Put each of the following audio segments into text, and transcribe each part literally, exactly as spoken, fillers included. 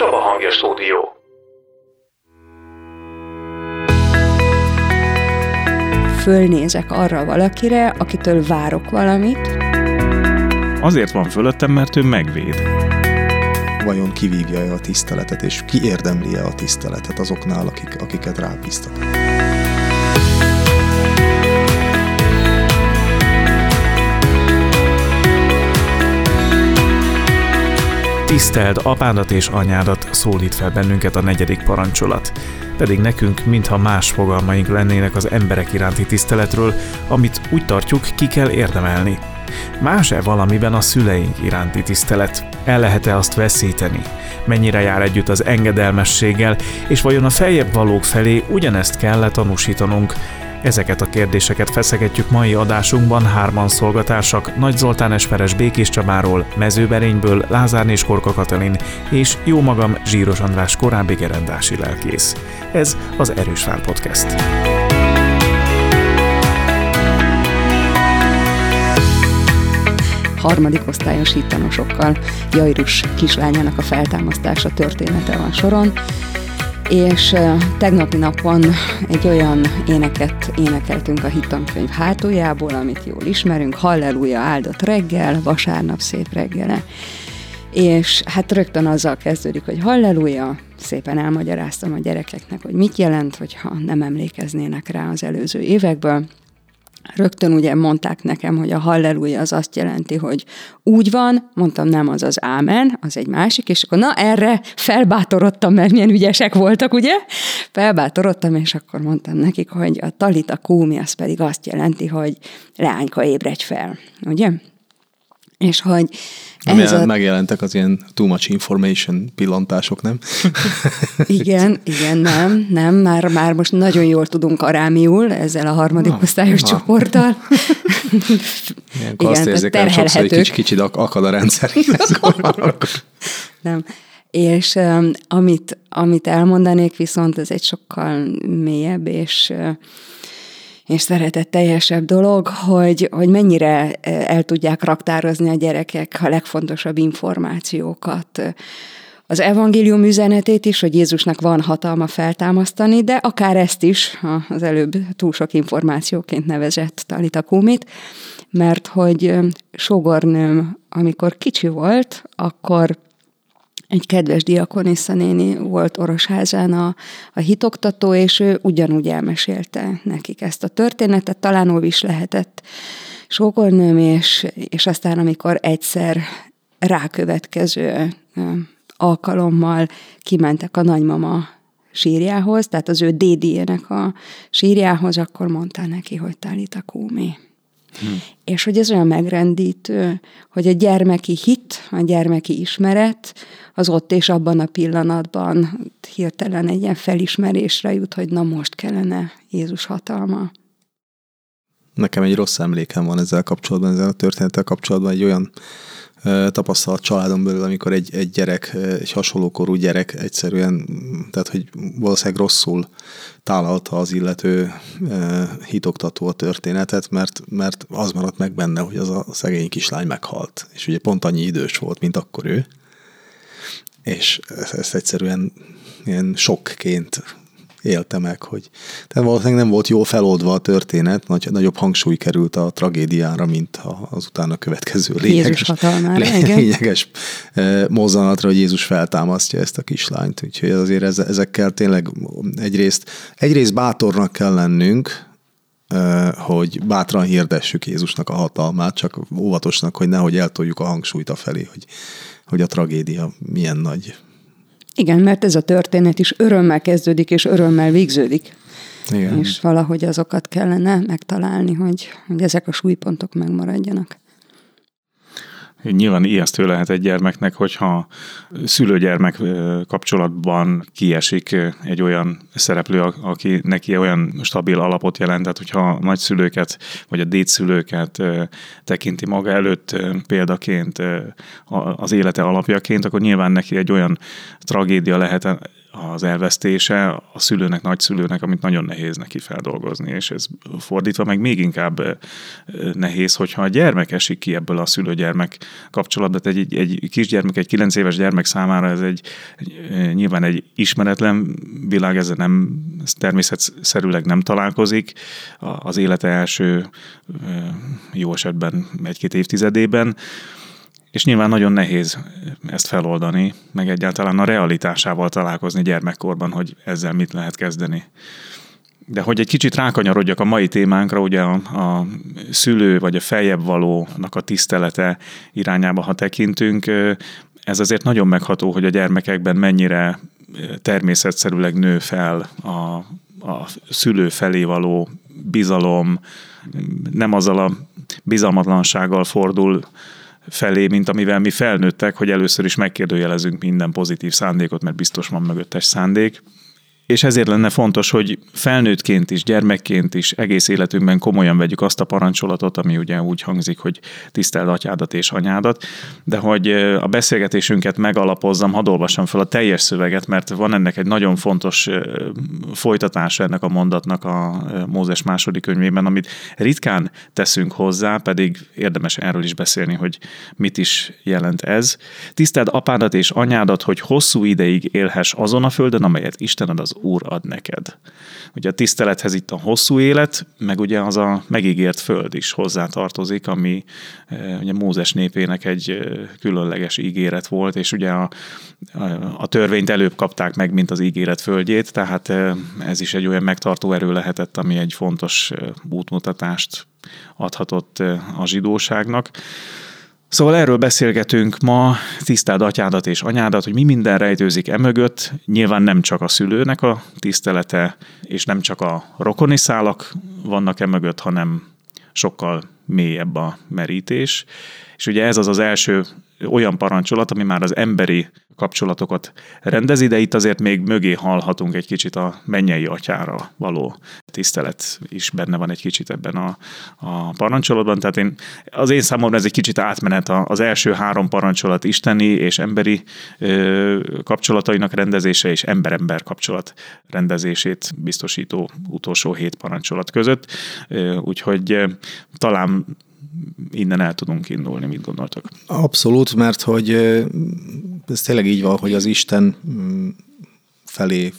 Csaba Hangja Stúdió. Fölnézek arra valakire, akitől várok valamit. Azért van fölöttem, mert ő megvéd. Vajon kivívja-e a tiszteletet, és ki érdemli-e a tiszteletet azoknál, akik, akiket rábíztat. Tiszteld apádat és anyádat, szólít fel bennünket a negyedik parancsolat. Pedig nekünk mintha más fogalmaink lennének az emberek iránti tiszteletről, amit úgy tartjuk, ki kell érdemelni. Más-e valamiben a szüleink iránti tisztelet? El lehet-e azt veszíteni? Mennyire jár együtt az engedelmességgel, és vajon a feljebb valók felé ugyanezt kell tanúsítanunk? Ezeket a kérdéseket feszegetjük mai adásunkban hárman szolgatársak, Nagy Zoltán Esperes Békés Csabáról, Mezőberényből Lázár és Korka Katalin, és jó magam Zsíros András korábbi gerendási lelkész. Ez az Erős Vár Podcast. Harmadik osztályos hittanosokkal Jairus kislányának a feltámasztása története van soron, és tegnapi napon egy olyan éneket énekeltünk a hittankönyv hátuljából, amit jól ismerünk, Halleluja, áldott reggel, vasárnap szép reggele. És hát rögtön azzal kezdődik, hogy halleluja, szépen elmagyaráztam a gyerekeknek, hogy mit jelent, hogyha nem emlékeznének rá az előző évekből. Rögtön ugye mondták nekem, hogy a halleluja az azt jelenti, hogy úgy van, mondtam, nem, az az ámen, az egy másik, és akkor na erre felbátorodtam, mert milyen ügyesek voltak, ugye? Felbátorodtam, és akkor mondtam nekik, hogy a talita kúmi, az pedig azt jelenti, hogy leányka, ébredj fel, ugye? És hogy ez a... megjelentek az ilyen too much information pillantások, nem? Igen, igen, nem, nem, már, már most nagyon jól tudunk arámiul ezzel a harmadik na, osztályos na. csoporttal. Ilyenkor azt érzék el sokszor, hogy kicsit, kicsit akad a rendszer. Nem. És um, amit, amit elmondanék viszont, ez egy sokkal mélyebb és és szeretetteljesebb dolog, hogy, hogy mennyire el tudják raktározni a gyerekek a legfontosabb információkat. Az evangélium üzenetét is, hogy Jézusnak van hatalma feltámasztani, de akár ezt is, az előbb túl sok információként nevezett talita kúmit, mert hogy sógornőm, amikor kicsi volt, akkor egy kedves diakonissza néni volt Orosházán a, a hitoktató, és ő ugyanúgy elmesélte nekik ezt a történetet, talán ó is lehetett sógornőm, és, és aztán amikor egyszer rákövetkező alkalommal kimentek a nagymama sírjához, tehát az ő dédiének a sírjához, akkor mondta neki, hogy talita kúmi. Hmm. És hogy ez olyan megrendítő, hogy a gyermeki hit, a gyermeki ismeret, az ott és abban a pillanatban hirtelen egy ilyen felismerésre jut, hogy na most kellene Jézus hatalma. Nekem egy rossz emlékem van ezzel kapcsolatban, ezzel a történettel kapcsolatban, egy olyan ö, tapasztalat családon belül, amikor egy, egy gyerek, egy hasonlókorú gyerek egyszerűen, tehát hogy valószínűleg rosszul tálalta az illető ö, hitoktató a történetet, mert, mert az maradt meg benne, hogy az a szegény kislány meghalt. És ugye pont annyi idős volt, mint akkor ő. És ezt egyszerűen ilyen sokként élte meg, hogy tehát valószínűleg nem volt jól feloldva a történet, nagy, nagyobb hangsúly került a tragédiára, mint az utána következő lényeges, lényeges mozzanatra, hogy Jézus feltámasztja ezt a kislányt. Úgyhogy azért ezekkel tényleg egyrészt, egyrészt bátornak kell lennünk, hogy bátran hirdessük Jézusnak a hatalmát, csak óvatosnak, hogy nehogy eltoljuk a hangsúlyt afelé, hogy, hogy a tragédia milyen nagy. Igen, mert ez a történet is örömmel kezdődik, és örömmel végződik. Igen. És valahogy azokat kellene megtalálni, hogy, hogy ezek a súlypontok megmaradjanak. Nyilván ijesztő lehet egy gyermeknek, hogyha szülő-gyermek kapcsolatban kiesik egy olyan szereplő, aki neki olyan stabil alapot jelent, tehát hogyha a nagyszülőket vagy a dédszülőket tekinti maga előtt példaként az élete alapjaként, akkor nyilván neki egy olyan tragédia lehet, az elvesztése a szülőnek, nagyszülőnek, amit nagyon nehéz neki feldolgozni, és ez fordítva meg még inkább nehéz, hogyha a gyermek esik ki ebből a szülő-gyermek kapcsolatban. Egy, egy, egy kisgyermek, egy kilenc éves gyermek számára ez egy, egy nyilván egy ismeretlen világ, ezzel nem természetszerűleg nem találkozik az élete első jó esetben egy-két évtizedében, és nyilván nagyon nehéz ezt feloldani, meg egyáltalán a realitásával találkozni gyermekkorban, hogy ezzel mit lehet kezdeni. De hogy egy kicsit rákanyarodjak a mai témánkra, ugye a, a szülő vagy a feljebb valónak a tisztelete irányába, ha tekintünk, ez azért nagyon megható, hogy a gyermekekben mennyire természetszerűleg nő fel a, a szülő felé való bizalom, nem azzal a bizalmatlansággal fordul felé, mint amivel mi felnőttek, hogy először is megkérdőjelezünk minden pozitív szándékot, mert biztos van mögöttes szándék. És ezért lenne fontos, hogy felnőttként is, gyermekként is egész életünkben komolyan vegyük azt a parancsolatot, ami ugye úgy hangzik, hogy tiszteld atyádat és anyádat, de hogy a beszélgetésünket megalapozzam, hadd olvassam fel a teljes szöveget, mert van ennek egy nagyon fontos folytatása ennek a mondatnak a Mózes második könyvében, amit ritkán teszünk hozzá, pedig érdemes erről is beszélni, hogy mit is jelent ez. Tiszteld apádat és anyádat, hogy hosszú ideig élhess azon a földön, amelyet Istened az Úr ad neked. Ugye a tisztelethez itt a hosszú élet, meg ugye az a megígért föld is hozzátartozik, ami ugye Mózes népének egy különleges ígéret volt, és ugye a, a törvényt előbb kapták meg, mint az ígéret földjét, tehát ez is egy olyan megtartó erő lehetett, ami egy fontos útmutatást adhatott a zsidóságnak. Szóval erről beszélgetünk ma, tiszteld atyádat és anyádat, hogy mi minden rejtőzik emögött. Nyilván nem csak a szülőnek a tisztelete, és nem csak a rokoni szálak vannak emögött, hanem sokkal mélyebb a merítés. És ugye ez az az első olyan parancsolat, ami már az emberi kapcsolatokat rendezi, de itt azért még mögé hallhatunk egy kicsit a mennyei atyára való tisztelet is benne van egy kicsit ebben a, a parancsolatban. Tehát én, az én számomra ez egy kicsit átmenet az első három parancsolat isteni és emberi ö, kapcsolatainak rendezése és ember-ember kapcsolat rendezését biztosító utolsó hét parancsolat között. Ö, úgyhogy ö, talán innen el tudunk indulni, mit gondoltak? Abszolút, mert hogy ez tényleg így van, hogy az Isten felé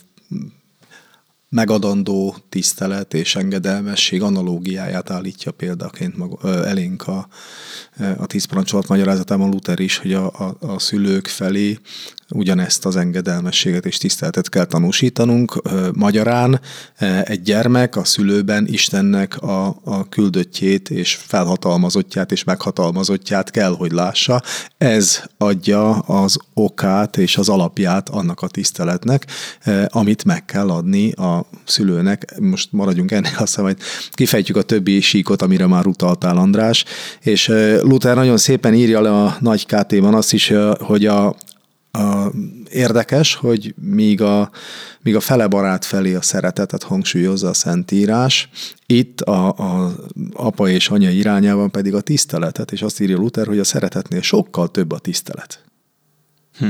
megadandó tisztelet és engedelmesség analógiáját állítja példaként maga, elénk a, a tíz parancsolat magyarázatában Luther is, hogy a, a, a szülők felé ugyanezt az engedelmességet és tiszteletet kell tanúsítanunk. Magyarán egy gyermek a szülőben Istennek a, a küldöttjét és felhatalmazottját és meghatalmazottját kell, hogy lássa. Ez adja az okát és az alapját annak a tiszteletnek, amit meg kell adni a szülőnek. Most maradjunk ennél, aztán majd kifejtjük a többi síkot, amire már utaltál, András. És Luther nagyon szépen írja le a Nagy ká té-ban azt is, hogy a A, érdekes, hogy míg a, míg a fele barát felé a szeretetet hangsúlyozza a Szentírás, itt a, a apa és anya irányában pedig a tiszteletet, és azt írja Luther, hogy a szeretetnél sokkal több a tisztelet. Hm.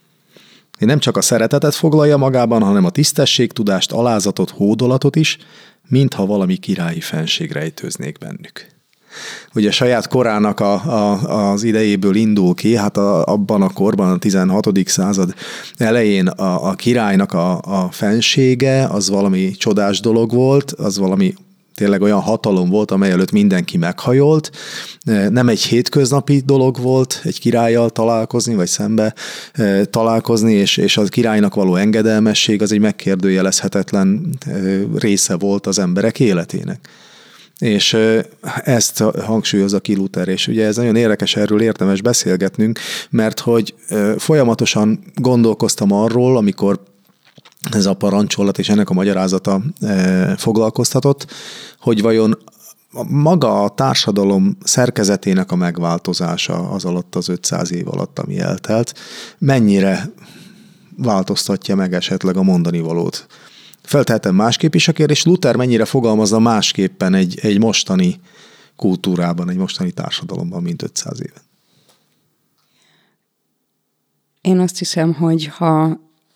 Nem csak a szeretetet foglalja magában, hanem a tisztességtudást, alázatot, hódolatot is, mintha valami királyi fenség rejtőznék bennük. Ugye saját korának a, a, az idejéből indul ki, hát a, abban a korban, a tizenhatodik század elején a, a királynak a, a fensége, az valami csodás dolog volt, az valami tényleg olyan hatalom volt, amely előtt mindenki meghajolt. Nem egy hétköznapi dolog volt egy királlyal találkozni, vagy szembe találkozni, és, és a királynak való engedelmesség az egy megkérdőjelezhetetlen része volt az emberek életének. És ezt hangsúlyozza ki Luther, és ugye ez nagyon érdekes, erről érdemes beszélgetnünk, mert hogy folyamatosan gondolkoztam arról, amikor ez a parancsolat és ennek a magyarázata foglalkoztatott, hogy vajon maga a társadalom szerkezetének a megváltozása az alatt az ötszáz év alatt, ami eltelt, mennyire változtatja meg esetleg a mondani valót. Feltehetem másképp is a kérdés, Luther mennyire fogalmazza másképpen egy, egy mostani kultúrában, egy mostani társadalomban, mint ötszáz éve? Én azt hiszem, hogy ha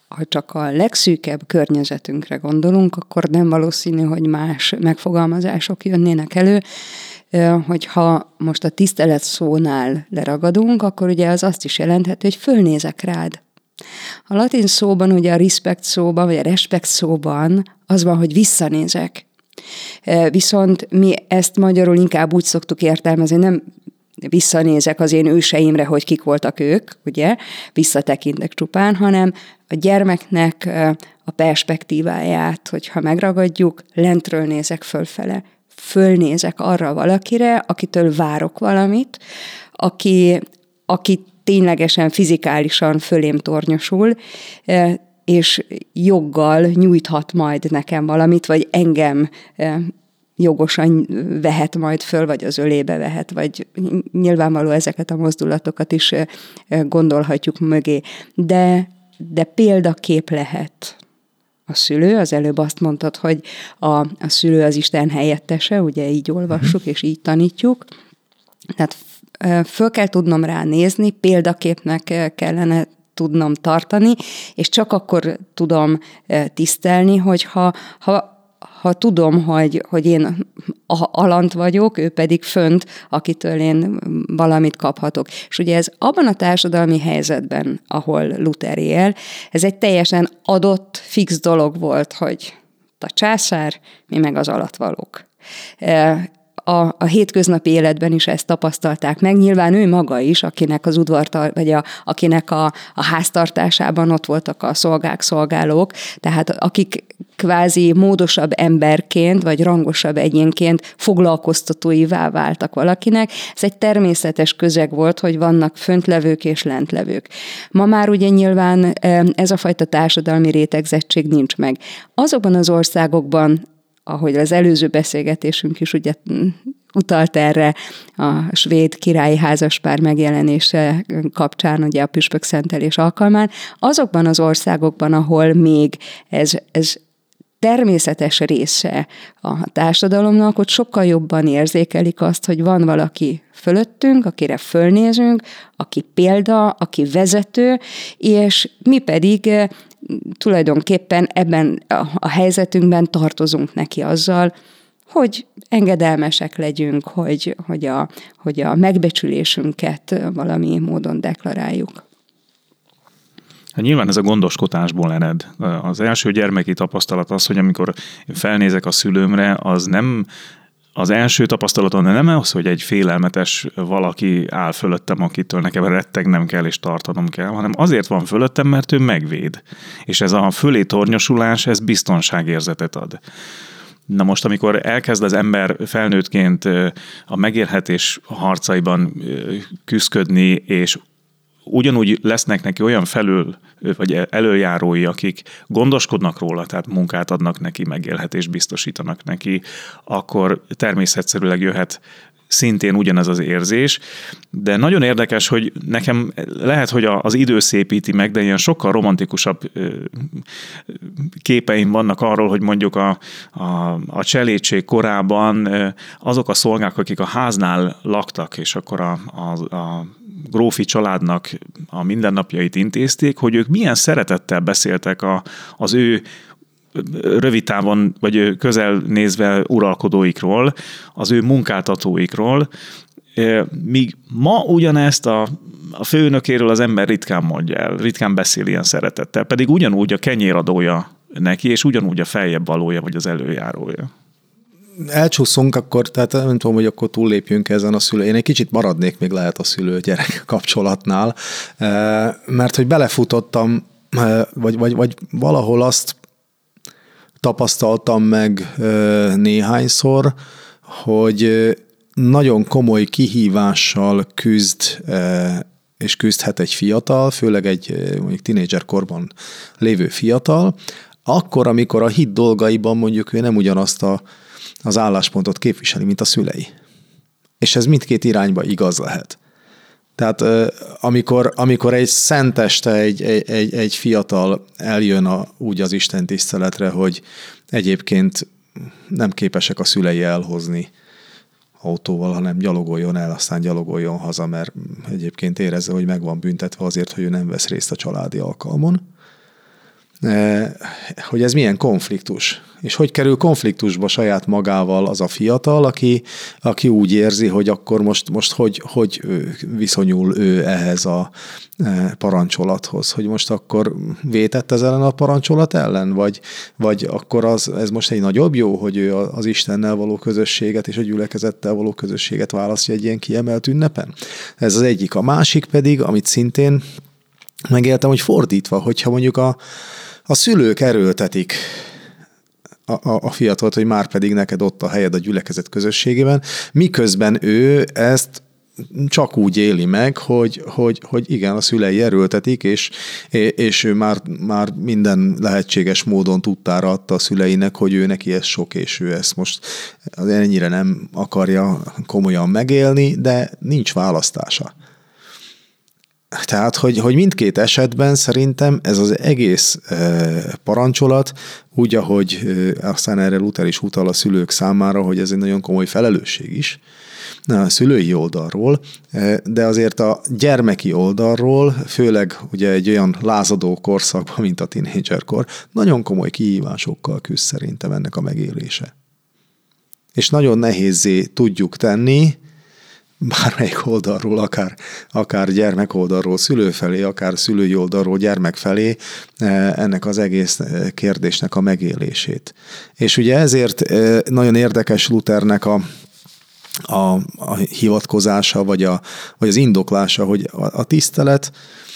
ha csak a legszűkebb környezetünkre gondolunk, akkor nem valószínű, hogy más megfogalmazások jönnének elő. Hogyha most a tisztelet szónál leragadunk, akkor ugye az azt is jelenthet, hogy fölnézek rád. A latin szóban, ugye a respect szóban, vagy a respect szóban az van, hogy visszanézek. Viszont mi ezt magyarul inkább úgy szoktuk értelmezni, nem visszanézek az én őseimre, hogy kik voltak ők, ugye, visszatekintek csupán, hanem a gyermeknek a perspektíváját, hogyha megragadjuk, lentről nézek fölfele. Fölnézek arra valakire, akitől várok valamit, aki, aki ténylegesen fizikálisan fölém tornyosul, és joggal nyújthat majd nekem valamit, vagy engem jogosan vehet majd föl, vagy az ölébe vehet, vagy nyilvánvaló ezeket a mozdulatokat is gondolhatjuk mögé. De, de példakép lehet a szülő. Az előbb azt mondtad, hogy a, a szülő az Isten helyettese, ugye így olvassuk, és így tanítjuk. Tehát föl kell tudnom rá nézni, példaképnek kellene tudnom tartani, és csak akkor tudom tisztelni, hogyha ha, ha tudom, hogy, hogy én alant vagyok, ő pedig fönt, akitől én valamit kaphatok. És ugye ez abban a társadalmi helyzetben, ahol Luther él, ez egy teljesen adott, fix dolog volt, hogy a császár, mi meg az alattvalók. A, a hétköznapi életben is ezt tapasztalták meg. Nyilván ő maga is, akinek az udvar, vagy a, akinek a, a háztartásában ott voltak a szolgák, szolgálók, tehát akik kvázi módosabb emberként, vagy rangosabb egyénként foglalkoztatóivá váltak valakinek. Ez egy természetes közeg volt, hogy vannak föntlevők és lentlevők. Ma már ugye nyilván ez a fajta társadalmi rétegzettség nincs meg. Azokban az országokban, ahogy az előző beszélgetésünk is ugye utalt erre a svéd királyi házaspár megjelenése kapcsán, ugye a püspökszentelés alkalmán, azokban az országokban, ahol még ez, ez természetes része a társadalomnak, ott sokkal jobban érzékelik azt, hogy van valaki fölöttünk, akire fölnézünk, aki példa, aki vezető, és mi pedig tulajdonképpen ebben a helyzetünkben tartozunk neki azzal, hogy engedelmesek legyünk, hogy, hogy, a, hogy a megbecsülésünket valami módon deklaráljuk. Hát nyilván ez a gondoskodásból ered. Az első gyermeki tapasztalat az, hogy amikor felnézek a szülőmre, az nem az első tapasztalaton nem az, hogy egy félelmetes valaki áll fölöttem, akitől nekem rettegnem kell és tartanom kell, hanem azért van fölöttem, mert ő megvéd. És ez a fölé tornyosulás, ez biztonságérzetet ad. Na most, amikor elkezd az ember felnőttként a megélhetés harcaiban küszködni, és ugyanúgy lesznek neki olyan felül, vagy előjárói, akik gondoskodnak róla, tehát munkát adnak neki, megélhetést biztosítanak neki, akkor természetszerűleg jöhet szintén ugyanez az érzés, de nagyon érdekes, hogy nekem lehet, hogy az idő szépíti meg, de ilyen sokkal romantikusabb képeim vannak arról, hogy mondjuk a, a, a cselédség korában azok a szolgák, akik a háznál laktak, és akkor a, a, a grófi családnak a mindennapjait intézték, hogy ők milyen szeretettel beszéltek a, az ő rövid távon, vagy közel nézve uralkodóikról, az ő munkáltatóikról, míg ma ugyanezt a, a főnökéről az ember ritkán mondja el, ritkán beszél ilyen szeretettel, pedig ugyanúgy a kenyéradója neki, és ugyanúgy a feljebb valója, vagy az előjárója. Elcsúszunk, akkor, tehát nem tudom, hogy akkor túllépjünk ezen a szülő. Én egy kicsit maradnék még lehet a szülő-gyerek kapcsolatnál, mert hogy belefutottam, vagy, vagy, vagy valahol azt tapasztaltam meg néhányszor, hogy nagyon komoly kihívással küzd és küzdhet egy fiatal, főleg egy mondjuk tínédzser korban lévő fiatal, akkor, amikor a hit dolgaiban mondjuk ő nem ugyanazt a, az álláspontot képviseli, mint a szülei. És ez mindkét irányba igaz lehet. Tehát amikor, amikor egy szenteste egy, egy, egy fiatal eljön a, úgy az Isten tiszteletre, hogy egyébként nem képesek a szülei elhozni autóval, hanem gyalogoljon el, aztán gyalogoljon haza, mert egyébként érezze, hogy meg van büntetve azért, hogy ő nem vesz részt a családi alkalmon. hogy ez milyen konfliktus. És hogy kerül konfliktusba saját magával az a fiatal, aki, aki úgy érzi, hogy akkor most, most hogy, hogy viszonyul ő ehhez a parancsolathoz, hogy most akkor vétett ez ellen a parancsolat ellen, vagy, vagy akkor az, ez most egy nagyobb jó, hogy ő az Istennel való közösséget és a gyülekezettel való közösséget választja egy ilyen kiemelt ünnepen. Ez az egyik. A másik pedig, amit szintén megéltem, hogy fordítva, hogyha mondjuk a, a szülők erőltetik a, a, a fiatalt, hogy már pedig neked ott a helyed a gyülekezet közösségében, miközben ő ezt csak úgy éli meg, hogy, hogy, hogy igen, a szülei erőltetik, és, és ő már, már minden lehetséges módon tudtára adta a szüleinek, hogy ő neki ez sok, és ő ezt most ennyire nem akarja komolyan megélni, de nincs választása. Tehát, hogy, hogy mindkét esetben szerintem ez az egész parancsolat, úgy, ahogy aztán erre Luther is utal a szülők számára, hogy ez egy nagyon komoly felelősség is, a szülői oldalról, de azért a gyermeki oldalról, főleg ugye egy olyan lázadó korszakban, mint a tínédzserkor, nagyon komoly kihívásokkal küzd szerintem ennek a megélése. És nagyon nehézzé tudjuk tenni, bármelyik oldalról, akár, akár gyermek oldalról szülő felé, akár szülői oldalról gyermek felé ennek az egész kérdésnek a megélését. És ugye ezért nagyon érdekes Luthernek a A, a hivatkozása, vagy, a, vagy az indoklása, hogy a, a tisztelet,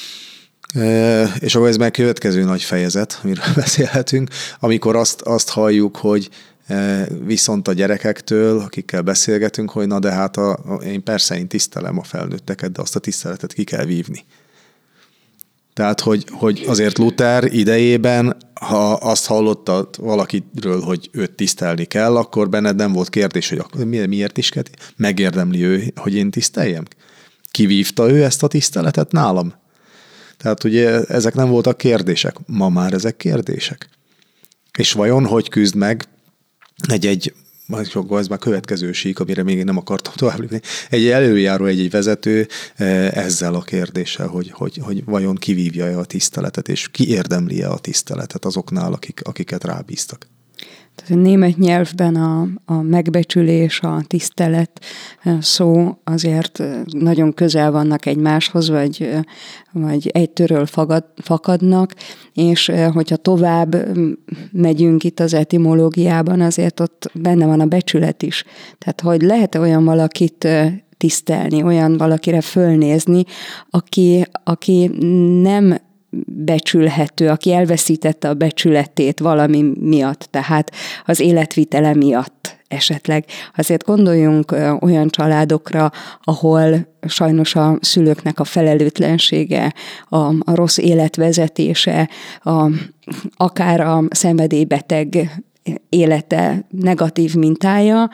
e, és akkor ez már következő nagy fejezet, amiről beszélhetünk, amikor azt, azt halljuk, hogy e, viszont a gyerekektől, akikkel beszélgetünk, hogy na de hát a, a, én persze én tisztelem a felnőtteket, de azt a tiszteletet ki kell vívni. Tehát, hogy, hogy azért Luther idejében, ha azt hallottad valakiről, hogy őt tisztelni kell, akkor benned nem volt kérdés, hogy akkor miért is kell, megérdemli ő, hogy én tiszteljem? Kivívta ő ezt a tiszteletet nálam? Tehát ugye ezek nem voltak kérdések. Ma már ezek kérdések. És vajon hogy küzd meg egy-egy, ez már következő sík, amire még én nem akartam tovább lépni, egy előjáró, egy-egy vezető ezzel a kérdéssel, hogy, hogy, hogy vajon kivívja-e a tiszteletet, és kiérdemli-e a tiszteletet azoknál, akik, akiket rábíztak. Tehát a német nyelvben a, a megbecsülés, a tisztelet szó azért nagyon közel vannak egymáshoz, vagy, vagy egytől fakad, fakadnak, és hogyha tovább megyünk itt az etimológiában, azért ott benne van a becsület is. Tehát, hogy lehet-e olyan valakit tisztelni, olyan valakire fölnézni, aki, aki nem becsülhető, aki elveszítette a becsületét valami miatt, tehát az életvitele miatt esetleg. Azért gondoljunk olyan családokra, ahol sajnos a szülőknek a felelőtlensége, a, a rossz életvezetése, a, akár a szenvedélybeteg élete negatív mintája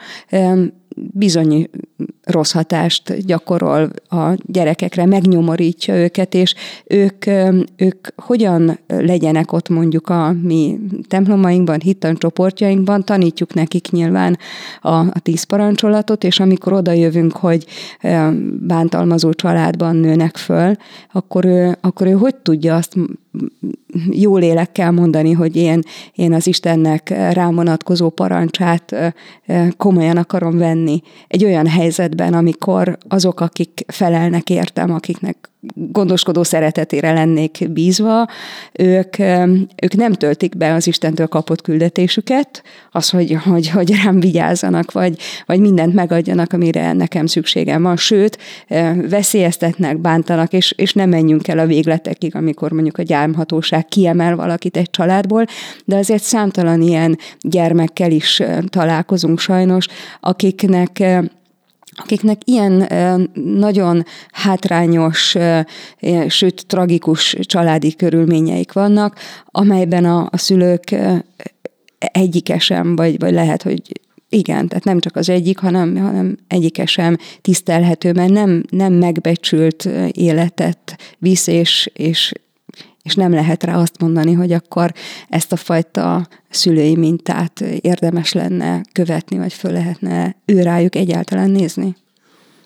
bizony rossz hatást gyakorol a gyerekekre, megnyomorítja őket, és ők, ők hogyan legyenek ott mondjuk a mi templomainkban, hittancsoportjainkban, tanítjuk nekik nyilván a, a tíz parancsolatot, és amikor oda jövünk, hogy bántalmazó családban nőnek föl, akkor ő, akkor ő hogy tudja azt jó lélekkel mondani, hogy én, én az Istennek rám vonatkozó parancsát komolyan akarom venni. Egy olyan helyzetben, amikor azok, akik felelnek értem, akiknek gondoskodó szeretetére lennék bízva, ők, ők nem töltik be az Istentől kapott küldetésüket, az, hogy, hogy, hogy rám vigyázzanak, vagy, vagy mindent megadjanak, amire nekem szükségem van. Sőt, veszélyeztetnek, bántanak, és, és nem menjünk el a végletekig, amikor mondjuk a gyámhatóság kiemel valakit egy családból, de azért számtalan ilyen gyermekkel is találkozunk sajnos, akiknek akiknek ilyen nagyon hátrányos, sőt tragikus családi körülményeik vannak, amelyben a, a szülők egyike sem, vagy, vagy lehet, hogy igen, tehát nem csak az egyik, hanem, hanem egyike sem tisztelhető, mert nem, nem megbecsült életet visz, és, és és nem lehet rá azt mondani, hogy akkor ezt a fajta szülői mintát érdemes lenne követni, vagy föl lehetne ő rájuk egyáltalán nézni?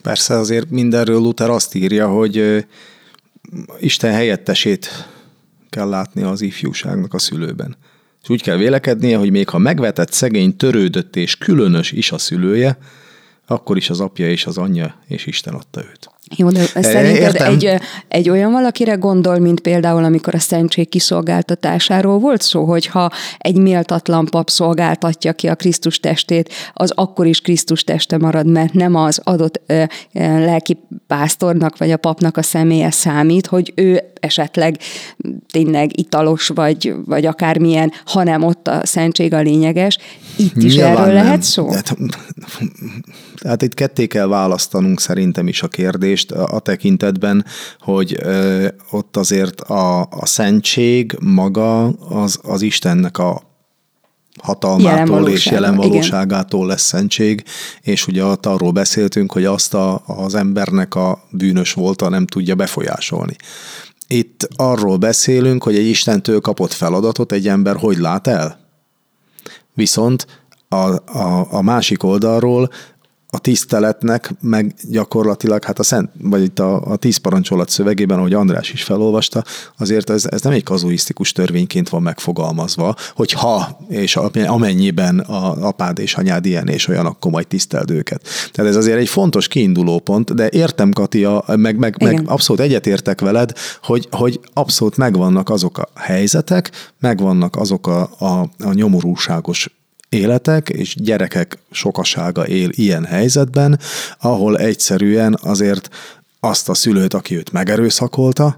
Persze azért mindenről Luther azt írja, hogy Isten helyettesét kell látnia az ifjúságnak a szülőben. És úgy kell vélekednie, hogy még ha megvetett, szegény, törődött és különös is a szülője, akkor is az apja és az anyja, és Isten adta őt. Jó, de szerinted egy, egy olyan valakire gondol, mint például, amikor a szentség kiszolgáltatásáról volt szó, hogyha egy méltatlan pap szolgáltatja ki a Krisztus testét, az akkor is Krisztus teste marad, mert nem az adott ö, lelki pásztornak vagy a papnak a személye számít, hogy ő esetleg tényleg italos vagy, vagy akármilyen, hanem ott a szentség a lényeges. Itt is nyilván erről nem lehet szó? Tehát, tehát itt ketté kell választanunk szerintem is a kérdést a tekintetben, hogy ö, ott azért a, a szentség maga az, az Istennek a hatalmától jelen és jelen valóságától lesz szentség, és ugye ott arról beszéltünk, hogy azt a, az embernek a bűnös volta nem tudja befolyásolni. Itt arról beszélünk, hogy egy Istentől kapott feladatot egy ember hogy lát el. Viszont a, a, a másik oldalról a tiszteletnek meg gyakorlatilag, hát a szent, vagy itt a, a tíz parancsolat szövegében, ahogy András is felolvasta, azért ez, ez nem egy kazuisztikus törvényként van megfogalmazva, hogy ha és amennyiben a apád és anyád ilyen és olyan, akkor majd tiszteld őket. Tehát ez azért egy fontos kiinduló pont, de értem, Kati, a, meg, meg, meg abszolút egyetértek veled, hogy, hogy abszolút megvannak azok a helyzetek, megvannak azok a, a, a nyomorúságos életek, és gyerekek sokasága él ilyen helyzetben, ahol egyszerűen azért azt a szülőt, aki őt megerőszakolta,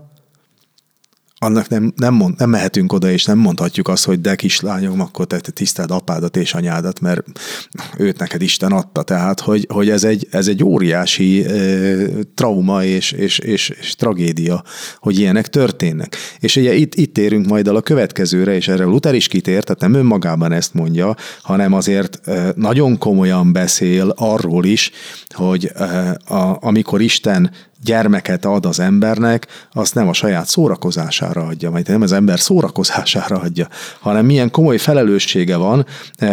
annak nem, nem, mond, nem mehetünk oda, és nem mondhatjuk azt, hogy de kislányom, akkor te tiszteld apádat és anyádat, mert őt neked Isten adta. Tehát, hogy, hogy ez, egy, ez egy óriási e, trauma és, és, és, és tragédia, hogy ilyenek történnek. És ugye itt, itt érünk majd el a következőre, és erre Luther is kitér, tehát nem önmagában ezt mondja, hanem azért e, nagyon komolyan beszél arról is, hogy e, a, amikor Isten gyermeket ad az embernek, azt nem a saját szórakozására adja, vagy nem az ember szórakozására adja, hanem milyen komoly felelőssége van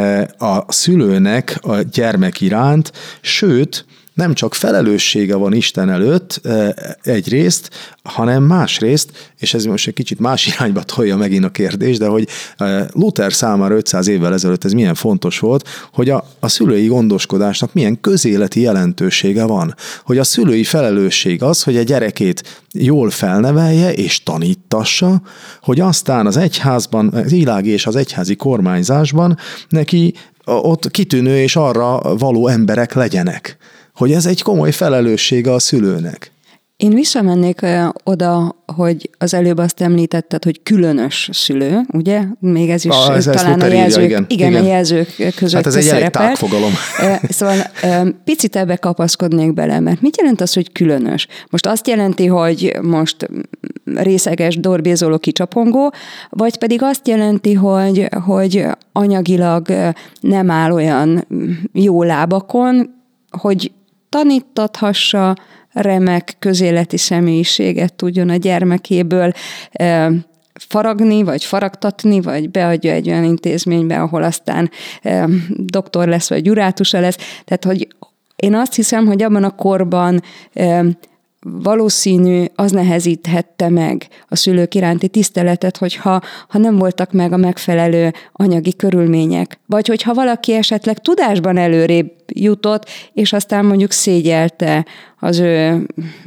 a szülőnek a gyermek iránt, sőt, nem csak felelőssége van Isten előtt egyrészt, hanem másrészt, és ez most egy kicsit más irányba tolja megint a kérdés, de hogy Luther számára ötszáz évvel ezelőtt ez milyen fontos volt, hogy a, a szülői gondoskodásnak milyen közéleti jelentősége van. Hogy a szülői felelősség az, hogy a gyerekét jól felnevelje és tanítassa, hogy aztán az egyházban, az világi és az egyházi kormányzásban neki ott kitűnő és arra való emberek legyenek. Hogy ez egy komoly felelőssége a szülőnek. Én visszamennék oda, hogy az előbb azt említetted, hogy különös szülő, ugye? Még ez is ah, ez talán a jelzők, igen, igen, igen. a jelzők között hát ez egy elég tág fogalom. Szóval picit ebbe kapaszkodnék bele, mert mit jelent az, hogy különös? Most azt jelenti, hogy most részeges, dorbézoló, kicsapongó, vagy pedig azt jelenti, hogy, hogy anyagilag nem áll olyan jó lábakon, hogy tanítathassa, remek közéleti személyiséget tudjon a gyermekéből e, faragni, vagy faragtatni, vagy beadja egy olyan intézménybe, ahol aztán e, doktor lesz, vagy gyurátusa lesz. Tehát, hogy én azt hiszem, hogy abban a korban e, valószínű, az nehezíthette meg a szülők iránti tiszteletet, hogyha ha nem voltak meg a megfelelő anyagi körülmények. Vagy hogyha valaki esetleg tudásban előrébb jutott, és aztán mondjuk szégyelte az ő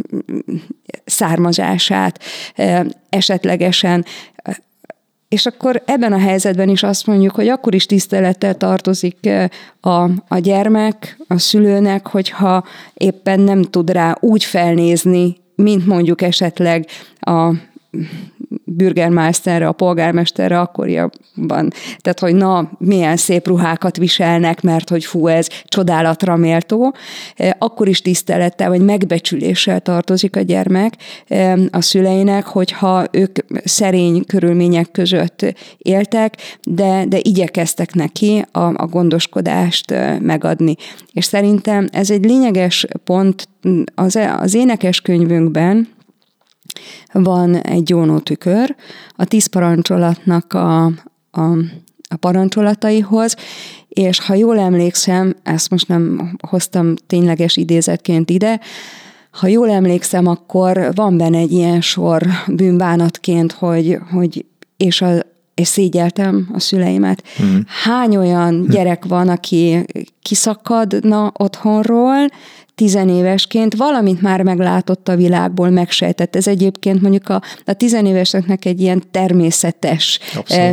származását esetlegesen. És akkor ebben a helyzetben is azt mondjuk, hogy akkor is tisztelettel tartozik a, a gyermek, a szülőnek, hogyha éppen nem tud rá úgy felnézni, mint mondjuk esetleg a bürgermeisterre, a polgármesterre akkoriban. Tehát, hogy na, milyen szép ruhákat viselnek, mert hogy fú, ez csodálatra méltó. Akkor is tisztelettel, vagy megbecsüléssel tartozik a gyermek a szüleinek, hogyha ők szerény körülmények között éltek, de, de igyekeztek neki a, a gondoskodást megadni. És szerintem ez egy lényeges pont az, az énekeskönyvünkben, van egy jónótükör a tíz parancsolatnak a, a, a parancsolataihoz, és ha jól emlékszem, ezt most nem hoztam tényleges idézetként ide, ha jól emlékszem, akkor van benne egy ilyen sor bűnbánatként, hogy, hogy és, a, és szégyeltem a szüleimet. Mm. Hány olyan gyerek van, aki kiszakadna otthonról, tizenévesként, valamint már meglátott a világból, megsejtett. Ez egyébként mondjuk a, a tizenéveseknek egy ilyen természetes eh,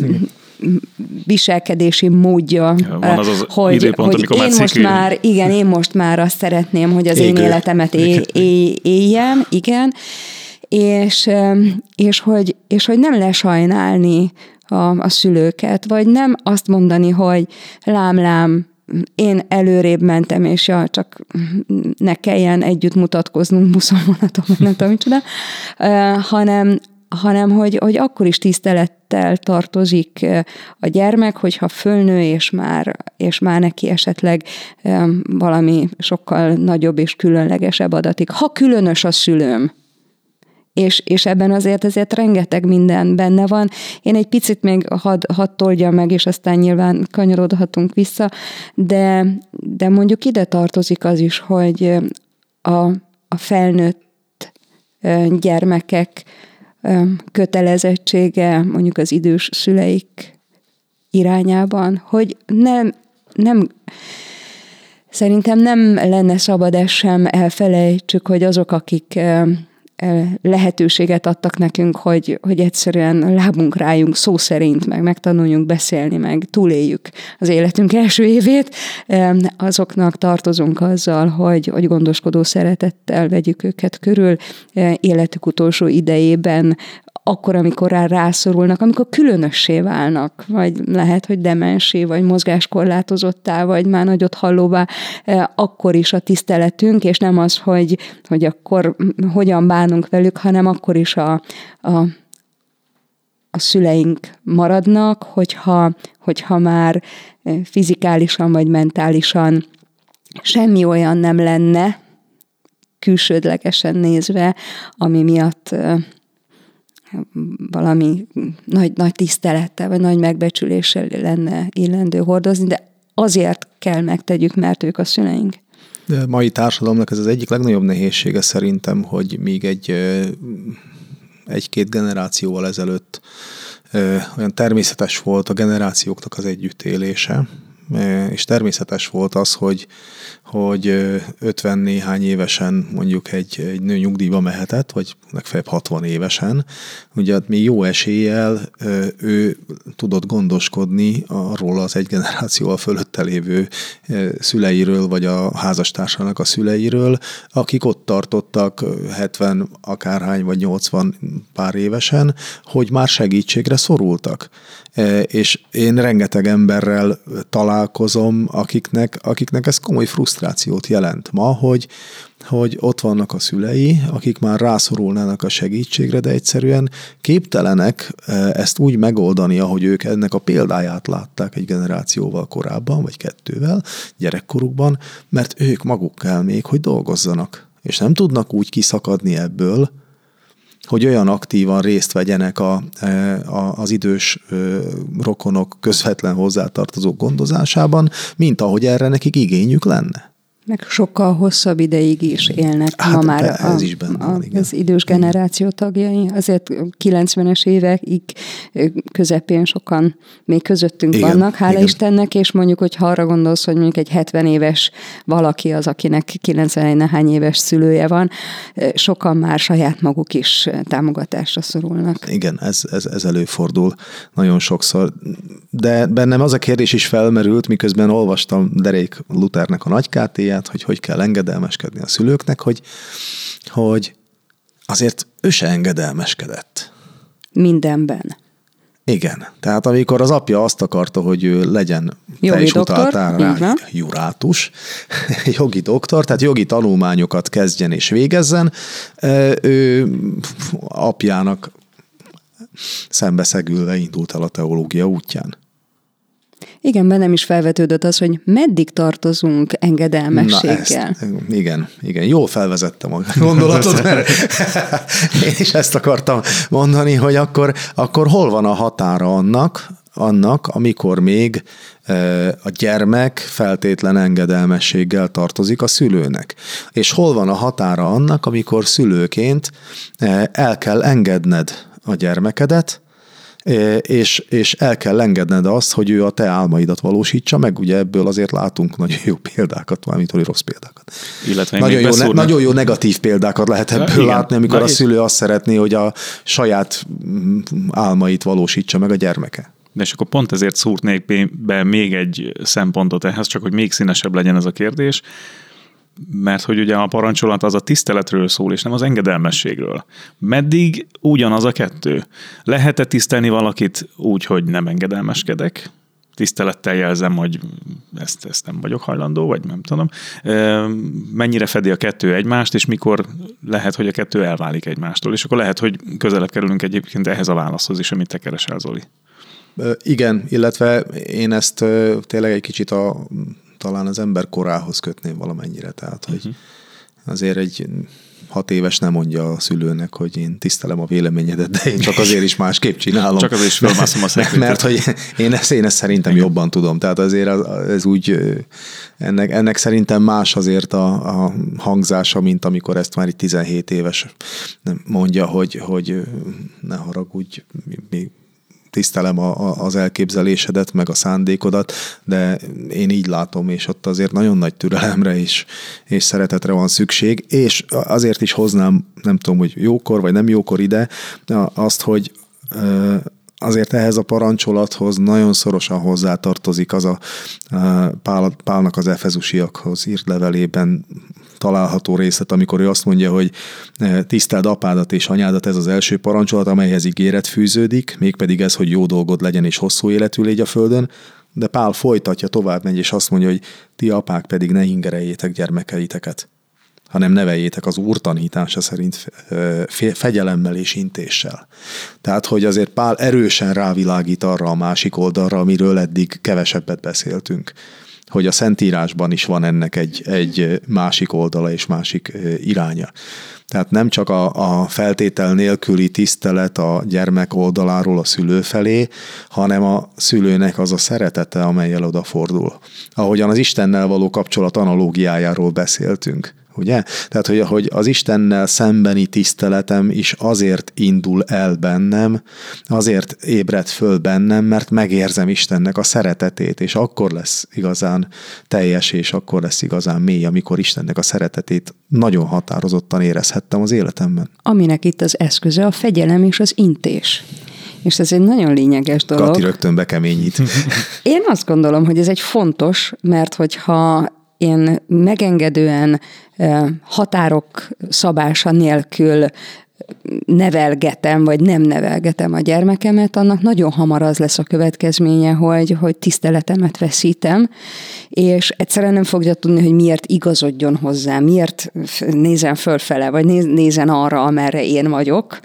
viselkedési módja. Ja, van az az hogy, időpont, hogy amikor én már most már, igen, én most már azt szeretném, hogy az Égő. én életemet é, é, éljem, igen, és, és, hogy, és hogy nem lesajnálni a, a szülőket, vagy nem azt mondani, hogy lám-lám, én előrébb mentem, és ja, csak ne kelljen együtt mutatkoznunk buszon, vonaton, nem tudom, micsoda, uh, hanem, hanem hogy, hogy akkor is tisztelettel tartozik a gyermek, hogyha fölnő, és már, és már neki esetleg um, valami sokkal nagyobb és különlegesebb adatik. Ha különös a szülőm, És, és ebben azért azért rengeteg minden benne van. Én egy picit még hadd had toldjam meg, és aztán nyilván kanyarodhatunk vissza, de, de mondjuk ide tartozik az is, hogy a, a felnőtt gyermekek kötelezettsége mondjuk az idős szüleik irányában, hogy nem, nem szerintem nem lenne szabad ezt sem elfelejtsük, hogy azok, akik lehetőséget adtak nekünk, hogy, hogy egyszerűen lábunk rájunk szó szerint, meg megtanuljunk beszélni, meg túléljük az életünk első évét, azoknak tartozunk azzal, hogy, hogy gondoskodó szeretettel vegyük őket körül életük utolsó idejében, akkor, amikor rá rászorulnak, amikor különössé válnak, vagy lehet, hogy demensé, vagy mozgáskorlátozottá, vagy már nagyot hallóvá, akkor is a tiszteletünk, és nem az, hogy, hogy akkor hogyan bánunk velük, hanem akkor is a, a, a szüleink maradnak, hogyha, hogyha már fizikálisan vagy mentálisan semmi olyan nem lenne, külsődlegesen nézve, ami miatt valami nagy, nagy tisztelettel, vagy nagy megbecsüléssel lenne illendő hordozni, de azért kell megtegyük, mert ők a szüleink. De a mai társadalomnak ez az egyik legnagyobb nehézsége szerintem, hogy még egy egy-két generációval ezelőtt olyan természetes volt a generációknak az együttélése, és természetes volt az, hogy, hogy ötven néhány évesen mondjuk egy, egy nő nyugdíjba mehetett, vagy legfeljebb hatvan évesen. Ugye még jó eséllyel ő tudott gondoskodni arról az egy generációval fölötte lévő szüleiről, vagy a házastársának a szüleiről, akik ott tartottak hetven akárhány, vagy nyolcvan pár évesen, hogy már segítségre szorultak. És én rengeteg emberrel találkozom, akiknek, akiknek ez komoly frusztrációt jelent ma, hogy, hogy ott vannak a szülei, akik már rászorulnának a segítségre, de egyszerűen képtelenek ezt úgy megoldani, ahogy ők ennek a példáját látták egy generációval korábban, vagy kettővel, gyerekkorukban, mert ők maguk kell még, hogy dolgozzanak. És nem tudnak úgy kiszakadni ebből, hogy olyan aktívan részt vegyenek a, a, az idős rokonok közvetlen hozzátartozók gondozásában, mint ahogy erre nekik igényük lenne. Meg sokkal hosszabb ideig is élnek hát ma már ez a, is benne a, van, igen. az idős generáció tagjai. Azért kilencvenes évekig közepén sokan még közöttünk igen, vannak, hála igen. Istennek, és mondjuk, hogy ha arra gondolsz, hogy mondjuk egy hetven éves valaki az, akinek kilencven nehány éves szülője van, sokan már saját maguk is támogatásra szorulnak. Igen, ez, ez, ez előfordul nagyon sokszor. De bennem az a kérdés is felmerült, miközben olvastam Derék Luthernek a nagykátéját, hogy hogy kell engedelmeskedni a szülőknek, hogy, hogy azért ő se engedelmeskedett. Mindenben. Igen. Tehát amikor az apja azt akarta, hogy ő legyen, jogi te is doktor, utaltál rá, jurátus, jogi doktor, tehát jogi tanulmányokat kezdjen és végezzen, ő apjának szembeszegülve indult el a teológia útján. Igen, bennem is felvetődött az, hogy meddig tartozunk engedelmességgel. Na ezt, igen, igen, jól felvezettem a gondolatot, mert én is ezt akartam mondani, hogy akkor, akkor hol van a határa annak, annak, amikor még a gyermek feltétlen engedelmességgel tartozik a szülőnek. És hol van a határa annak, amikor szülőként el kell engedned a gyermekedet, és, és el kell engedned azt, hogy ő a te álmaidat valósítsa meg, ugye ebből azért látunk nagyon jó példákat, mármint hogy rossz példákat. Illetve nagyon, jó, ne, nagyon jó negatív példákat lehet ebből ja, látni, amikor a szülő azt szeretné, hogy a saját álmait valósítsa meg a gyermeke. De és akkor pont ezért szúrnék be még egy szempontot ehhez, csak hogy még színesebb legyen ez a kérdés, mert hogy ugye a parancsolat az a tiszteletről szól, és nem az engedelmességről. Meddig ugyanaz a kettő? Lehet-e tisztelni valakit úgy, hogy nem engedelmeskedek? Tisztelettel jelzem, hogy ezt, ezt nem vagyok hajlandó, vagy nem tudom. Mennyire fedi a kettő egymást, és mikor lehet, hogy a kettő elválik egymástól? És akkor lehet, hogy közelebb kerülünk egyébként ehhez a válaszhoz is, amit te keresel, Zoli. Igen, illetve én ezt tényleg egy kicsit a, talán az ember korához kötném valamennyire, tehát hogy uh-huh. azért egy hat éves nem mondja a szülőnek, hogy én tisztelem a véleményedet, de én csak azért is másképp csinálom. Csak azért is fölmászom a szekrétet. Mert hogy én ezt, én ezt szerintem igen. jobban tudom, tehát azért ez úgy, ennek, ennek szerintem más azért a, a hangzása, mint amikor ezt már egy tizenhét éves mondja, hogy, hogy ne haragudj, mi tisztelem a, a, az elképzelésedet, meg a szándékodat, de én így látom, és ott azért nagyon nagy türelemre és, és szeretetre van szükség, és azért is hoznám, nem tudom, hogy jókor vagy nem jókor ide, azt, hogy azért ehhez a parancsolathoz nagyon szorosan hozzátartozik az a Pál, Pálnak az efezusiakhoz írt levelében található részlet, amikor ő azt mondja, hogy tiszteld apádat és anyádat, ez az első parancsolat, amelyhez ígéret fűződik, mégpedig ez, hogy jó dolgod legyen és hosszú életű légy a földön, de Pál folytatja, tovább megy, és azt mondja, hogy ti apák pedig ne ingereljétek gyermekeiteket, hanem neveljétek az Úr tanítása szerint fegyelemmel és intéssel. Tehát, hogy azért Pál erősen rávilágít arra a másik oldalra, amiről eddig kevesebbet beszéltünk, hogy a Szentírásban is van ennek egy, egy másik oldala és másik iránya. Tehát nem csak a, a feltétel nélküli tisztelet a gyermek oldaláról a szülő felé, hanem a szülőnek az a szeretete, amellyel odafordul. Ahogyan az Istennel való kapcsolat analógiájáról beszéltünk. Ugye? Tehát, hogy, hogy az Istennel szembeni tiszteletem is azért indul el bennem, azért ébred föl bennem, mert megérzem Istennek a szeretetét, és akkor lesz igazán teljes, és akkor lesz igazán mély, amikor Istennek a szeretetét nagyon határozottan érezhettem az életemben. Aminek itt az eszköze a fegyelem és az intés. És ez egy nagyon lényeges dolog. Kati rögtön bekeményít. Én azt gondolom, hogy ez egy fontos, mert hogyha én megengedően határok szabása nélkül nevelgetem, vagy nem nevelgetem a gyermekemet, annak nagyon hamar az lesz a következménye, hogy, hogy tiszteletemet veszítem, és egyszerűen nem fogja tudni, hogy miért igazodjon hozzá, miért nézen fölfele, vagy nézen arra, amerre én vagyok,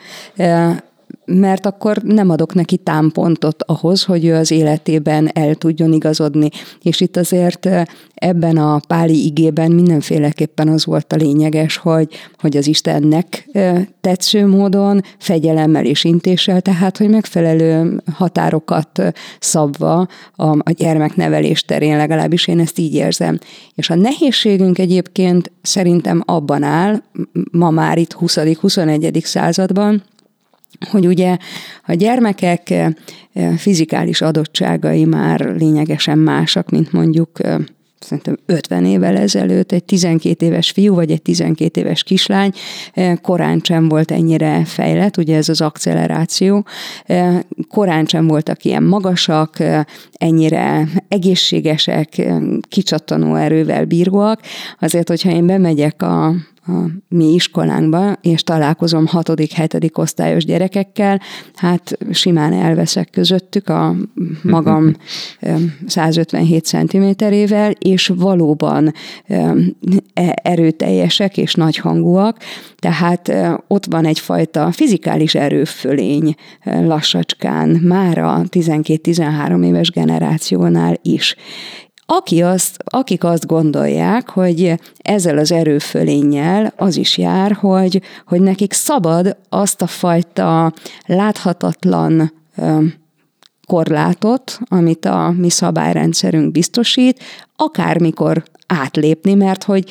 mert akkor nem adok neki támpontot ahhoz, hogy ő az életében el tudjon igazodni. És itt azért ebben a páli igében mindenféleképpen az volt a lényeges, hogy, hogy az Istennek tetsző módon, fegyelemmel és intéssel, tehát, hogy megfelelő határokat szabva a, a gyermeknevelés terén, legalábbis én ezt így érzem. És a nehézségünk egyébként szerintem abban áll, ma már itt huszadik-huszonegyedik században, hogy ugye a gyermekek fizikális adottságai már lényegesen másak, mint mondjuk szerintem ötven évvel ezelőtt egy tizenkét éves fiú, vagy egy tizenkét éves kislány korán sem volt ennyire fejlett, ugye ez az akceleráció, korán sem voltak ilyen magasak, ennyire egészségesek, kicsattanó erővel bíróak. Azért, hogyha én bemegyek a a mi iskolánkba, és találkozom hatodik, hetedik osztályos gyerekekkel, hát simán elveszek közöttük a magam százötvenhét centiméterével, és valóban erőteljesek és nagyhangúak, tehát ott van egyfajta fizikális erőfölény lassacskán már a tizenkét-tizenhárom éves generációnál is. Aki azt, akik azt gondolják, hogy ezzel az erőfölénnyel az is jár, hogy, hogy nekik szabad azt a fajta láthatatlan korlátot, amit a mi szabályrendszerünk biztosít, akármikor átlépni, mert hogy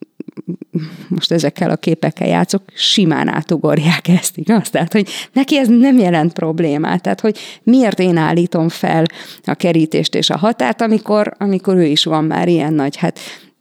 most ezekkel a képekkel játszok, simán átugorják ezt, igaz? Tehát, hogy neki ez nem jelent problémát. Tehát, hogy miért én állítom fel a kerítést és a határt, amikor, amikor ő is van már ilyen nagy, hát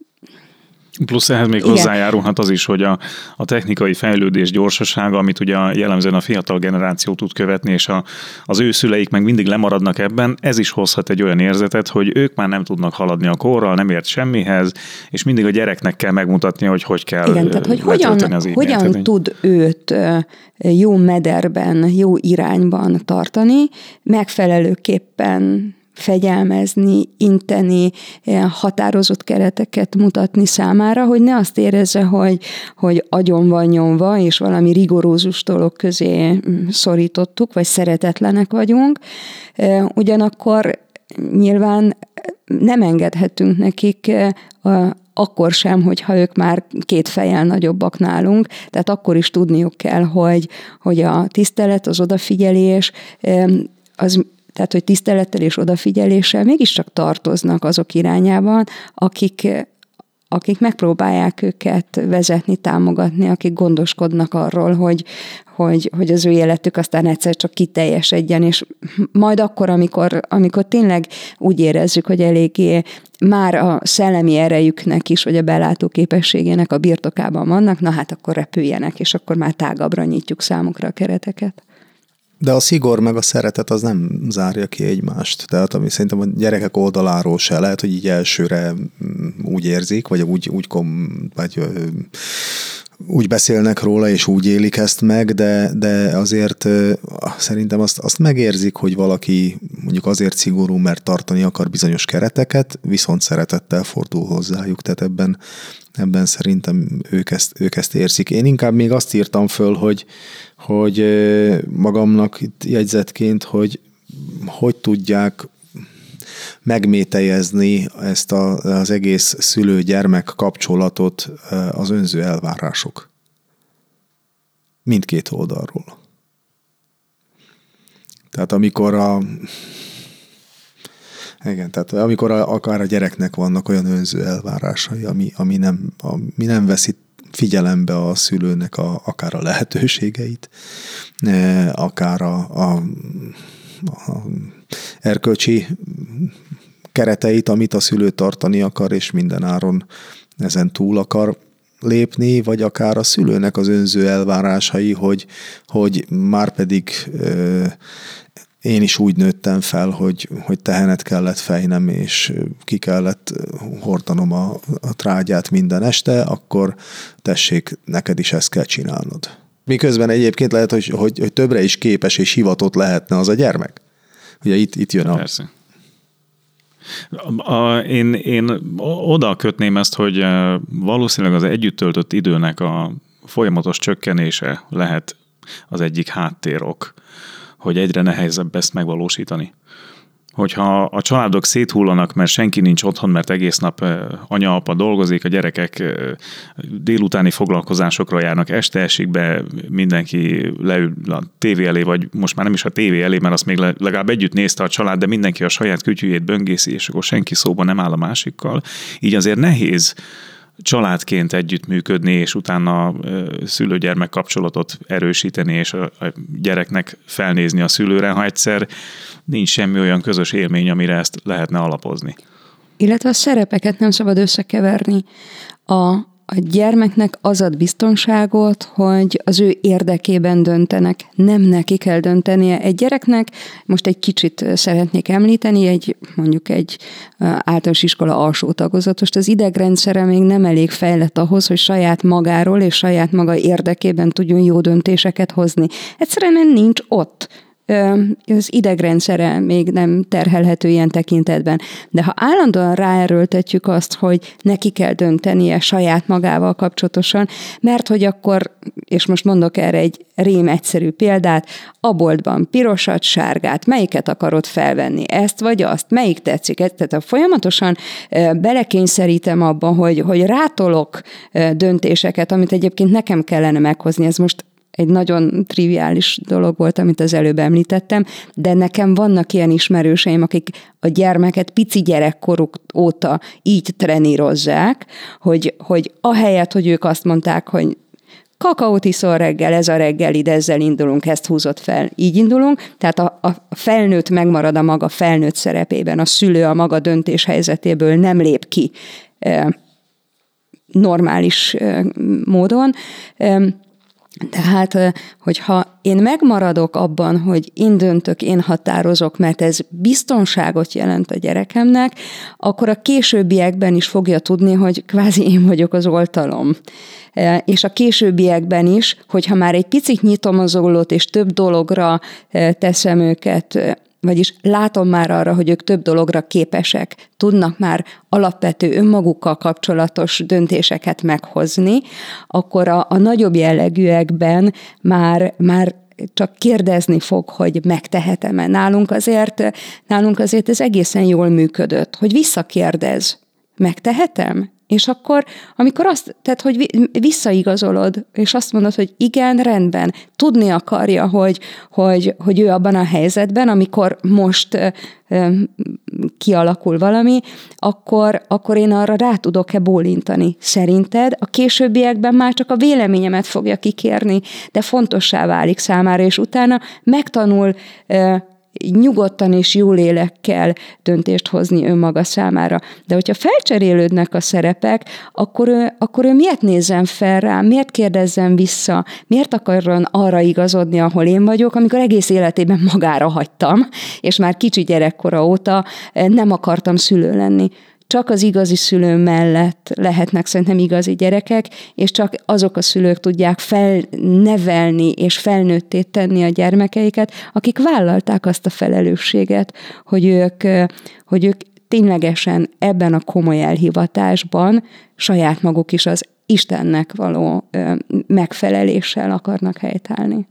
plusz ehhez még igen. hozzájárulhat az is, hogy a, a technikai fejlődés gyorsasága, amit ugye jellemzően a fiatal generáció tud követni, és a, az ő szüleik meg mindig lemaradnak ebben, ez is hozhat egy olyan érzetet, hogy ők már nem tudnak haladni a korral, nem ért semmihez, és mindig a gyereknek kell megmutatni, hogy hogy kell igen, tehát, hogy hogyan, az hogyan tud őt jó mederben, jó irányban tartani, megfelelőképpen fegyelmezni, inteni, határozott kereteket mutatni számára, hogy ne azt érezze, hogy, hogy agyon van nyomva, és valami rigorózus dolog közé szorítottuk, vagy szeretetlenek vagyunk. Ugyanakkor nyilván nem engedhetünk nekik akkor sem, hogyha ők már két fejjel nagyobbak nálunk, tehát akkor is tudniuk kell, hogy, hogy a tisztelet, az odafigyelés, az tehát, hogy tisztelettel és odafigyeléssel mégiscsak tartoznak azok irányában, akik, akik megpróbálják őket vezetni, támogatni, akik gondoskodnak arról, hogy, hogy, hogy az ő életük aztán egyszer csak kiteljesedjen, és majd akkor, amikor, amikor tényleg úgy érezzük, hogy eléggé már a szellemi erejüknek is, vagy a belátó képességének a birtokában vannak, na hát akkor repüljenek, és akkor már tágabbra nyitjuk számukra a kereteket. De a szigor meg a szeretet az nem zárja ki egymást. Tehát ami szerintem a gyerekek oldaláról se lehet, hogy így elsőre úgy érzik, vagy úgy, úgy, kom, vagy, úgy beszélnek róla, és úgy élik ezt meg, de, de azért szerintem azt, azt megérzik, hogy valaki mondjuk azért szigorú, mert tartani akar bizonyos kereteket, viszont szeretettel fordul hozzájuk. Tehát ebben, ebben szerintem ők ezt, ők ezt érzik. Én inkább még azt írtam föl, hogy hogy magamnak itt jegyzetként, hogy hogy tudják megmételjezni ezt a, az egész szülő-gyermek kapcsolatot az önző elvárások. Mindkét oldalról. Tehát amikor a igen, tehát amikor a, akár a gyereknek vannak olyan önző elvárásai, ami, ami, nem, ami nem veszi figyelembe a szülőnek a, akár a lehetőségeit, akár a, a, a erkölcsi kereteit, amit a szülő tartani akar, és minden áron ezen túl akar lépni, vagy akár a szülőnek az önző elvárásai, hogy, hogy már pedig én is úgy nőttem fel, hogy, hogy tehenet kellett fejnem, és ki kellett hordanom a, a trágyát minden este, akkor tessék, neked is ezt kell csinálnod. Miközben egyébként lehet, hogy, hogy, hogy többre is képes és hivatott lehetne az a gyermek. Ugye itt, itt jön a... Persze. A, én, én oda kötném ezt, hogy valószínűleg az együtt töltött időnek a folyamatos csökkenése lehet az egyik háttérok, hogy egyre nehezebb ezt megvalósítani. Hogyha a családok széthullanak, mert senki nincs otthon, mert egész nap anya-apa dolgozik, a gyerekek délutáni foglalkozásokra járnak, este esik be, mindenki leül a tévé elé, vagy most már nem is a tévé elé, mert azt még legalább együtt nézte a család, de mindenki a saját kütyüjét böngészi, és akkor senki szóba nem áll a másikkal. Így azért nehéz családként együttműködni, és utána szülő-gyermek kapcsolatot erősíteni, és a gyereknek felnézni a szülőre, ha egyszer nincs semmi olyan közös élmény, amire ezt lehetne alapozni. Illetve a szerepeket nem szabad összekeverni. A, a gyermeknek az ad biztonságot, hogy az ő érdekében döntenek. Nem neki kell döntenie egy gyereknek. Most egy kicsit szeretnék említeni, egy mondjuk egy általános iskola alsó tagozatost. Az idegrendszere még nem elég fejlett ahhoz, hogy saját magáról és saját maga érdekében tudjon jó döntéseket hozni. Egyszerűen nincs ott. Az idegrendszere még nem terhelhető ilyen tekintetben. De ha állandóan ráerőltetjük azt, hogy neki kell döntenie saját magával kapcsolatosan, mert hogy akkor, és most mondok erre egy rém egyszerű példát, a boltban pirosat, sárgát, melyiket akarod felvenni, ezt vagy azt, melyik tetszik? Tehát ha folyamatosan belekényszerítem abban, hogy, hogy rátolok döntéseket, amit egyébként nekem kellene meghozni, ez most egy nagyon triviális dolog volt, amit az előbb említettem, de nekem vannak ilyen ismerőseim, akik a gyermeket pici gyerekkoruk óta így trenírozzák, hogy, hogy ahelyett, hogy ők azt mondták, hogy kakaót iszol reggel, ez a reggeli, de ezzel indulunk, ezt húzott fel, így indulunk. Tehát a, a felnőtt megmarad a maga felnőtt szerepében, a szülő a maga döntéshelyzetéből nem lép ki e, normális e, módon. E, Tehát, hogyha én megmaradok abban, hogy én döntök, én határozok, mert ez biztonságot jelent a gyerekemnek, akkor a későbbiekben is fogja tudni, hogy kvázi én vagyok az oltalom. És a későbbiekben is, hogyha már egy picit nyitom az ollót, és több dologra teszem őket, vagyis látom már arra, hogy ők több dologra képesek, tudnak már alapvető önmagukkal kapcsolatos döntéseket meghozni, akkor a, a nagyobb jellegűekben már, már csak kérdezni fog, hogy megtehetem-e. Nálunk azért, nálunk azért ez egészen jól működött, hogy visszakérdez, megtehetem? És akkor, amikor azt, tehát, hogy visszaigazolod, és azt mondod, hogy igen, rendben, tudni akarja, hogy, hogy, hogy ő abban a helyzetben, amikor most ö, ö, kialakul valami, akkor, akkor én arra rá tudok-e bólintani. Szerinted a későbbiekben már csak a véleményemet fogja kikérni, de fontossá válik számára, és utána megtanul ö, nyugodtan és jó lélekkel döntést hozni önmaga számára. De hogyha felcserélődnek a szerepek, akkor ő, akkor ő miért nézzen fel rám, miért kérdezzen vissza, miért akarjon arra igazodni, ahol én vagyok, amikor egész életében magára hagytam, és már kicsi gyerekkora óta nem akartam szülő lenni. Csak az igazi szülő mellett lehetnek szerintem igazi gyerekek, és csak azok a szülők tudják felnevelni és felnőtté tenni a gyermekeiket, akik vállalták azt a felelősséget, hogy ők, hogy ők ténylegesen ebben a komoly elhivatásban saját maguk is az Istennek való megfeleléssel akarnak helytállni.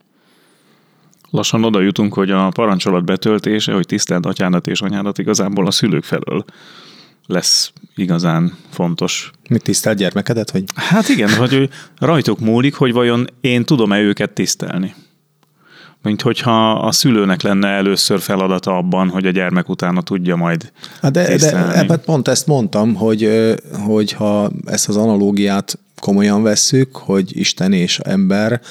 Lassan oda jutunk, hogy a parancsolat betöltése, hogy tiszteld atyádat és anyádat igazából a szülők felől lesz igazán fontos. Mit tisztelt gyermekedet? Vagy? Hát igen, hogy rajtuk múlik, hogy vajon én tudom-e őket tisztelni. Mint hogyha a szülőnek lenne először feladata abban, hogy a gyermek utána tudja majd hát de, tisztelni. De ebben pont ezt mondtam, hogy, hogy ha ezt az analógiát komolyan vesszük, hogy Isten és ember,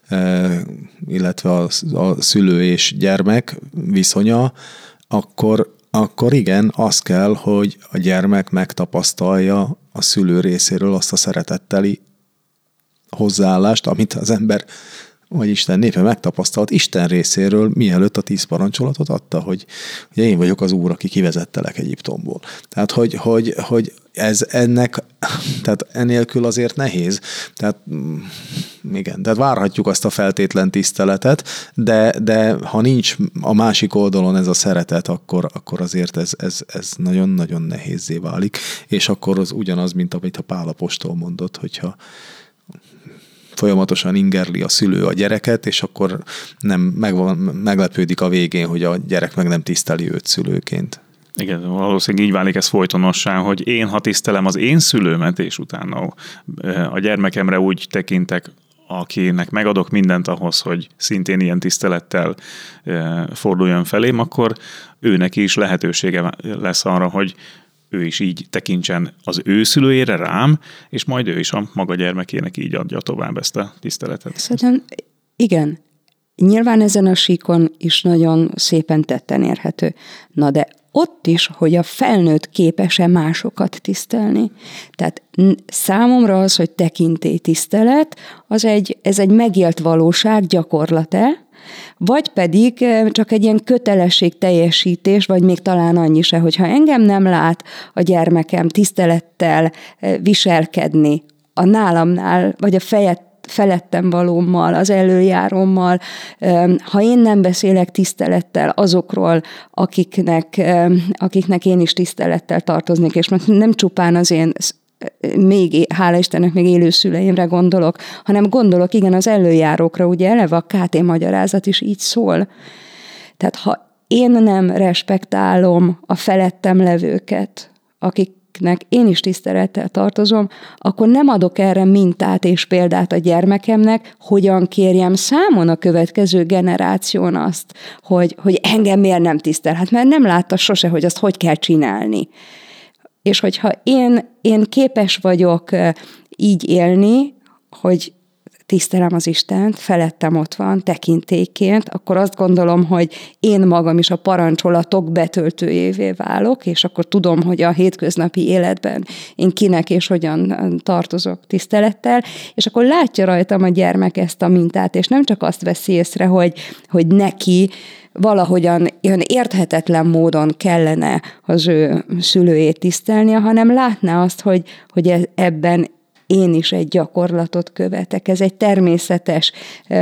illetve a, a szülő és gyermek viszonya, akkor akkor igen, az kell, hogy a gyermek megtapasztalja a szülő részéről azt a szeretetteli hozzáállást, amit az ember, vagy Isten népe megtapasztalt Isten részéről, mielőtt a tíz parancsolatot adta, hogy ugye én vagyok az Úr, aki kivezettelek Egyiptomból. Tehát, hogy, hogy, hogy ez ennek, tehát enélkül azért nehéz. Tehát igen, tehát várhatjuk azt a feltétlen tiszteletet, de, de ha nincs a másik oldalon ez a szeretet, akkor, akkor azért ez, ez, ez nagyon-nagyon nehézzé válik, és akkor az ugyanaz, mint amit a Pál apostol mondott, hogyha folyamatosan ingerli a szülő a gyereket, és akkor nem megvan, meglepődik a végén, hogy a gyerek meg nem tiszteli őt szülőként. Igen, valószínűleg így válik ez folytonossá, hogy én, ha tisztelem az én szülőmet, és utána a gyermekemre úgy tekintek, akinek megadok mindent ahhoz, hogy szintén ilyen tisztelettel forduljon felém, akkor őnek is lehetősége lesz arra, hogy ő is így tekintsen az ő szülőjére, rám, és majd ő is a maga gyermekének így adja tovább ezt a tiszteletet. Szerintem igen. Nyilván ezen a síkon is nagyon szépen tetten érhető. Na de ott is, hogy a felnőtt képes-e másokat tisztelni. Tehát számomra az, hogy tekintélytisztelet, az egy, ez egy megélt valóság, gyakorlat-e, vagy pedig csak egy ilyen kötelesség teljesítés, vagy még talán annyi se, hogyha engem nem lát a gyermekem tisztelettel viselkedni a nálamnál, vagy a fejet felettem valómmal, az előjárómmal, ha én nem beszélek tisztelettel azokról, akiknek, akiknek én is tisztelettel tartoznék, és nem csupán az én még, hála Istennek, még élő szüleimre gondolok, hanem gondolok, igen, az előjárókra, ugye eleve a ká té magyarázat is így szól. Tehát ha én nem respektálom a felettem levőket, akiknek én is tisztelettel tartozom, akkor nem adok erre mintát és példát a gyermekemnek, hogyan kérjem számon a következő generáción azt, hogy, hogy engem miért nem tisztel. Hát mert nem látta sose, hogy azt hogy kell csinálni. És hogyha én, én képes vagyok így élni, hogy tisztelem az Istent, felettem ott van, tekintélyként, akkor azt gondolom, hogy én magam is a parancsolatok betöltőjévé válok, és akkor tudom, hogy a hétköznapi életben én kinek és hogyan tartozok tisztelettel, és akkor látja rajtam a gyermek ezt a mintát, és nem csak azt veszi észre, hogy, hogy neki valahogyan ilyen érthetetlen módon kellene az ő szülőjét tisztelnie, hanem látná azt, hogy, hogy ebben én is egy gyakorlatot követek. Ez egy természetes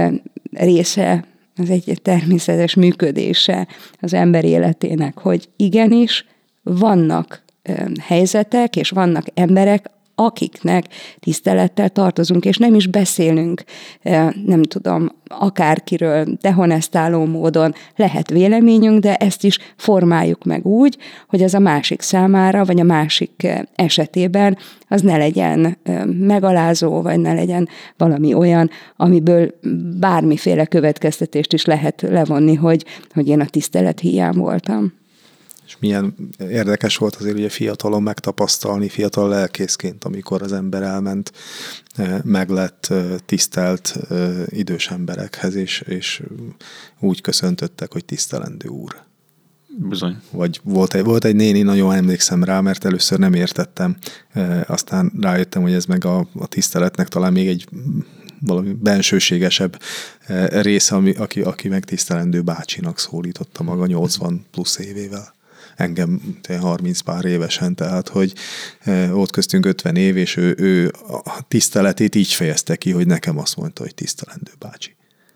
része, ez egy természetes működése az ember életének, hogy igenis vannak helyzetek, és vannak emberek, akiknek tisztelettel tartozunk, és nem is beszélünk, nem tudom, akárkiről dehonestáló módon lehet véleményünk, de ezt is formáljuk meg úgy, hogy az a másik számára, vagy a másik esetében az ne legyen megalázó, vagy ne legyen valami olyan, amiből bármiféle következtetést is lehet levonni, hogy, hogy én a tisztelet hiány voltam. És milyen érdekes volt azért ugye fiatalon megtapasztalni, fiatal lelkészként, amikor az ember elment, meg lett tisztelt idős emberekhez, és, és úgy köszöntöttek, hogy tisztelendő úr. Bizony. Vagy volt egy, volt egy néni, nagyon emlékszem rá, mert először nem értettem, aztán rájöttem, hogy ez meg a, a tiszteletnek talán még egy valami bensőségesebb része, ami, aki, aki megtisztelendő bácsinak szólította maga nyolcvan plusz évével. Engem harminc pár évesen, tehát, hogy ott köztünk ötven év, és ő, ő a tiszteletét így fejezte ki, hogy nekem azt mondta, hogy tisztelendő bácsi.